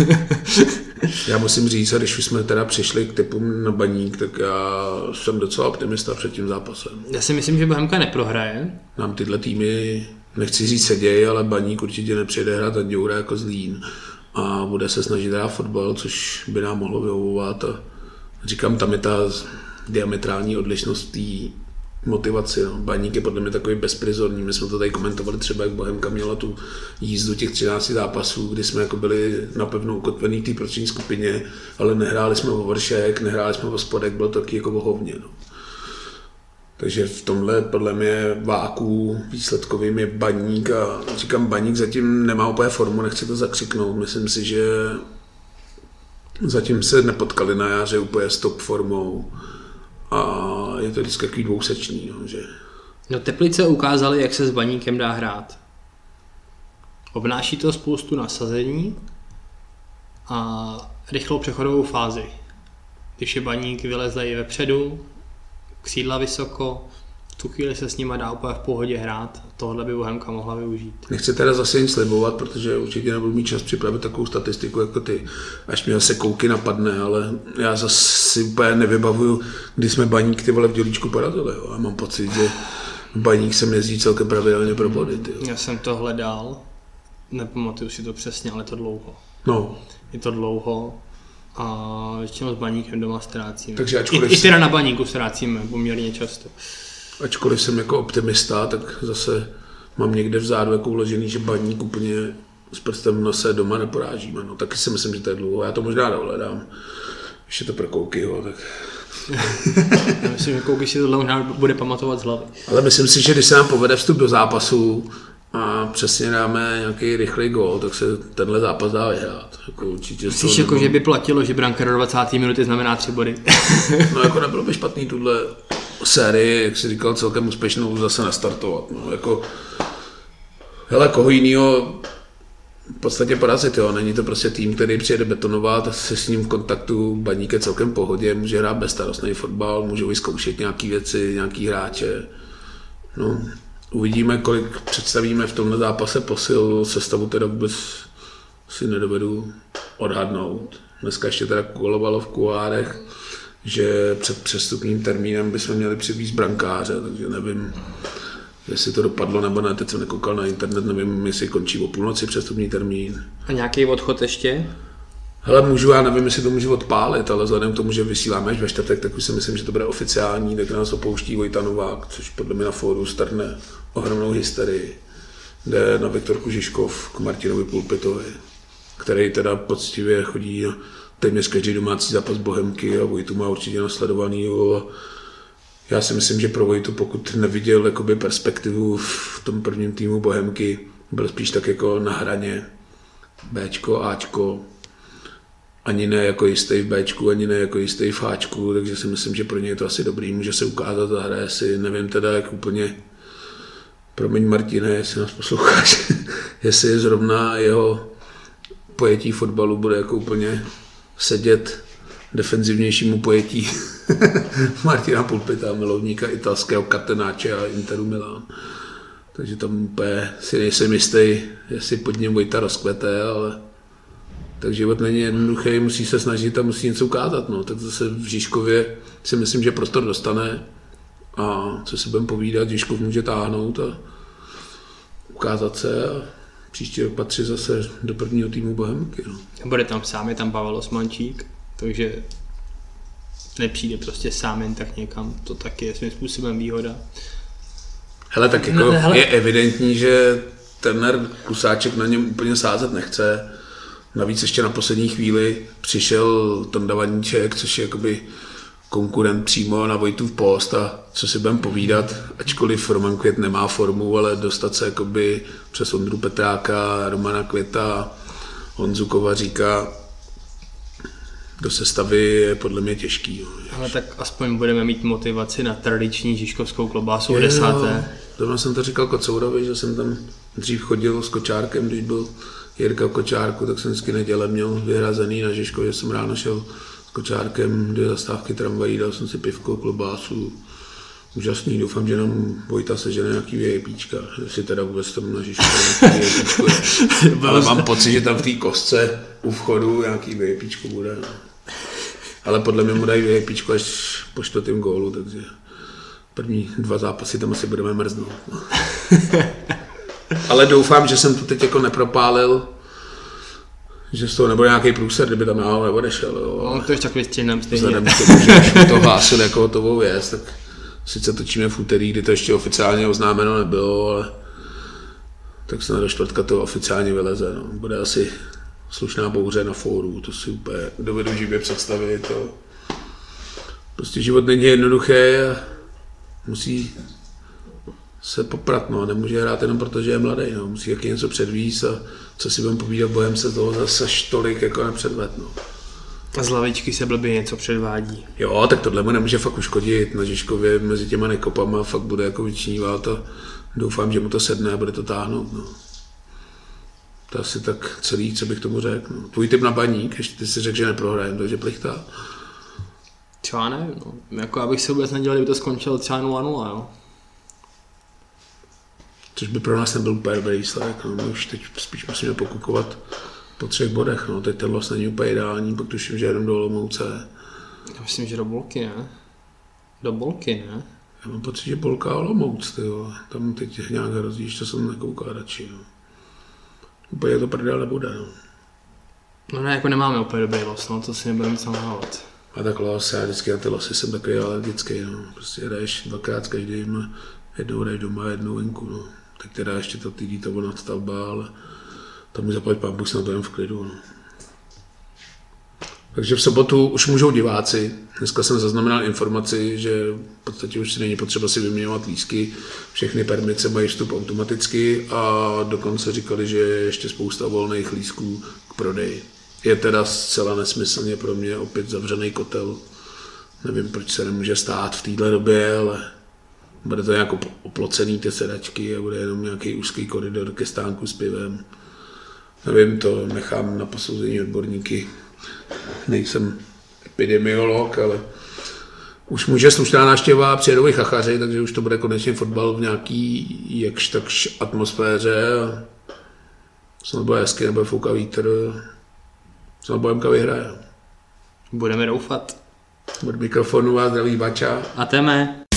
Já musím říct, a když už jsme teda přišli k typům na Baník, tak já jsem docela optimista před tím zápasem. Já si myslím, že Bohemka neprohraje. Nám tyhle týmy, nechci říct seděj, ale Baník určitě nepřijde hrát a Děura jako Zlín a bude se snažit hrát fotbal, což by nám mohlo vyhovovat. A říkám, tam je ta diametrální odlišnost té motivaci. No. Baník je podle mě takový bezprizorní. My jsme to tady komentovali třeba, jak Bohemka měla tu jízdu těch třinácti zápasů, kdy jsme jako byli napevno ukotvený v té prostřední skupině, ale nehráli jsme o vršek, nehráli jsme o spodek, bylo to taky jako o hovně. No. Takže v tomhle podle mě váku výsledkovým je Baník a říkám, Baník zatím nemá úplně formu, nechci to zakřiknout. Myslím si, že zatím se nepotkali na jaře úplně s top formou. A je to vždycky takový dvousečný, no, že... No Teplice ukázali, jak se s Baníkem dá hrát. Obnáší to spoustu nasazení a rychlou přechodovou fázi. Když je Baník vylezlej vepředu, křídla vysoko, v tu chvíli se s nima dá úplně v pohodě hrát. Tohle by Bohemka mohla využít. Nechci teda zase nic slibovat, protože určitě nebudu mít čas připravit takovou statistiku jako ty, až mě zase kouky napadne, ale já zase si úplně nevybavuju, kdy jsme Baník ty vole v Dělíčku porazili. Jo. Já mám pocit, že Baník se jezdí celkem pravidelně pro body. Ty, Já jsem to hledal, nepamatuju si to přesně, ale je to dlouho. No. Je to dlouho A většinou s Baníkem doma ztrácíme. Takže ačkoliv I, i teda na Baníku ztrácíme poměrně často. Ačkoliv jsem jako optimista, tak zase mám někde vzadu jako uložený, že Baník úplně s prstem v nose doma neporážíme. No, taky si myslím, že to je dlouho. Já to možná dohledám. Ještě to pro Koukyho, tak... Já myslím, že Kouky si tohle možná bude pamatovat z hlavy. Ale myslím si, že když se nám povede vstup do zápasu a přesně dáme nějaký rychlý gól, tak se tenhle zápas dá vyhrát. Jako určitě Myslíš, jako, že by platilo, že branka do dvacáté minuty znamená tři body? No jako nebylo by špatný tuhle sérii, jak jsi říkal, celkem úspěšnou zase nastartovat. No, jako, hele, koho jinýho v podstatě porazit, jo. Není to prostě tým, který přijede betonovat, se s ním v kontaktu, Baník je celkem v pohodě, může hrát bezstarostný fotbal, může vyzkoušet nějaké věci, nějaký hráče. No, uvidíme, kolik představíme v tomhle zápase posil, sestavu teda vůbec si nedovedu odhadnout. Dneska ještě teda kolovalo v kuloárech, že před přestupním termínem bychom měli přivízt brankáře, takže nevím, jestli to dopadlo nebo ne, teď jsem nekoukal na internet, nevím, jestli končí o půlnoci přestupní termín. A nějaký odchod ještě? Hele, můžu, já nevím, jestli to můžu odpálit, ale vzhledem k tomu, že vysíláme až ve čtvrtek, tak už si myslím, že to bude oficiální, tak nás opouští Vojta Novák, což podle mě na fóru strhne ohromnou hysterii. Jde na Viktorku Žižkov k Martinovi Pulpitovi, který teda poctivě chodí na téměř každý domácí zápas Bohemky a Vojtu má určitě nasledovaný. Já si myslím, že pro Vojtu, pokud neviděl jakoby perspektivu v tom prvním týmu Bohemky, byl spíš tak jako na hraně Bčko, Ačko, ani ne jako jistý v Bčku, ani ne jako jistý v Ačku, takže si myslím, že pro něj je to asi dobrý, může se ukázat, zahraje si, nevím teda, jak úplně, promiň Martine, jestli nás posloucháš, jestli zrovna jeho pojetí fotbalu bude jako úplně sedět defenzivnějšímu pojetí Martina Pulpita, milovníka italského Catenaccia a Interu Milán. Takže tam úplně si nejsem jistý, jestli pod něm Vojta rozkvete, ale tak život není jednoduchý, musí se snažit a musí něco ukázat. No. Tak zase v Žižkově si myslím, že prostor dostane a co si budeme povídat, Žižkov může táhnout a ukázat se a příští rok patří zase do prvního týmu Bohemky. No. Bude tam sám, je tam Pavel Osmančík, takže nepřijde prostě sám jen tak někam, to taky je svým způsobem výhoda. Hele, tak jako no, hele. Je evidentní, že trenér Klusáček na něm úplně sázet nechce. Navíc ještě na poslední chvíli přišel Tonda Vaníček, což je jakoby konkurent přímo na Vojtův post a co si budeme povídat, ačkoliv Roman Květ nemá formu, ale dostat se jakoby přes Ondru Petráka, Romana Květa, Honzu Kovaříka do sestavy je podle mě těžký. Ale tak aspoň budeme mít motivaci na tradiční žižkovskou klobásu o desáté. Doma jsem to říkal Kocourovi, že jsem tam dřív chodil s Kočárkem, když byl Jirka v Kočárku, tak jsem vždycky neděle měl vyhrazený na Žižko, že jsem ráno šel s Kočárkem, dvě zastávky tramvají, dal jsem si pivko, klobásu. Úžasný, doufám, že nám Vojta sežene nějaký VIPčka, jestli teda vůbec tam na Žižku nějaký VIPčko je. Ale mám pocit, že tam v té kostce u vchodu nějaký VIPčko bude. Ale podle mě mu dají VIPčko až po čtvrtém gólu, takže první dva zápasy tam asi budeme mrznout. No. Ale doufám, že jsem to teď jako nepropálil, že z toho nebude nějaký průser, kdyby tam náhodou neodešel. Jo. No, to je takový stejném stejně. Vzhledem k tomu, že už to hlásil jako hotovou věc, tak sice točíme v úterý, kdy to ještě oficiálně oznámeno nebylo, ale tak snad do čtvrtka to oficiálně vyleze. No. Bude asi slušná bouře na fóru, to si úplně dovedu živě představit. To. Prostě život není jednoduchý a musí se poprat, no. Nemůže hrát jenom proto, že je mladý, no. Musí taky něco předvíst a co si budeme povídat, bojem se toho zase tolik jako nepředved. No. A z lavičky se blbě něco předvádí. Jo, tak tohle mu nemůže fakt uškodit. Na Žižkově mezi těma nekopama fakt bude jako vyčnívat a doufám, že mu to sedne a bude to táhnout. No. To je asi tak celý, co bych tomu řekl. No. Tvůj tip na Baník, ještě ty si řekl, že neprohrajem, takže plichtá. Třeba nevím, no. Jako abych se vůbec nedělal, kdyby to skončilo třeba nula nula, jo. Což by pro nás nebyl úplně dobrý výsledek. No. My už teď spíš musíme pokukovat po třech bodech. No. Teď ten los není úplně ideální, pak tuším, že jedem do Olomouce. Já myslím, že do Bolky, ne? Do Bolky, ne? Já mám pocit, že Bolka a Olomouc, tyjo. Tam teď nějak hrozí, že jsem nekoukal radši. No. Úplně to prdel nebude. No. No ne, jako nemáme úplně dobrý los, no, to si nebudeme nic nalhávat. A tak los, já vždycky na ty losy jsem takový alergický, no. Prostě jdeš dvakrát každý, jednou jdeš doma, jednou venku, no. Tak teda ještě to týdí to byla nadstavba, ale tam mi zaplať pán Bůh snad to jen v klidu, no. Takže v sobotu už můžou diváci. Dneska jsem zaznamenal informaci, že v podstatě už si není potřeba si vyměňovat lístky. Všechny permice mají vstup automaticky a dokonce říkali, že je ještě spousta volných lístků k prodeji. Je teda zcela nesmyslně pro mě opět zavřený kotel. Nevím, proč se nemůže stát v této době, ale bude to nějak oplocený ty sedačky a bude jenom nějaký úzký koridor ke stánku s pivem. Nevím, to nechám na posouzení odborníky. Nejsem epidemiolog, ale už může slušná návštěva, přijedou i chachaři, takže už to bude konečně fotbal v nějaký jakž takž atmosféře. Snad bude hezky, nebude foukat vítr. Snad Bohemka vyhraje. Budeme doufat. Od mikrofonu vás zdraví Bača. A teme.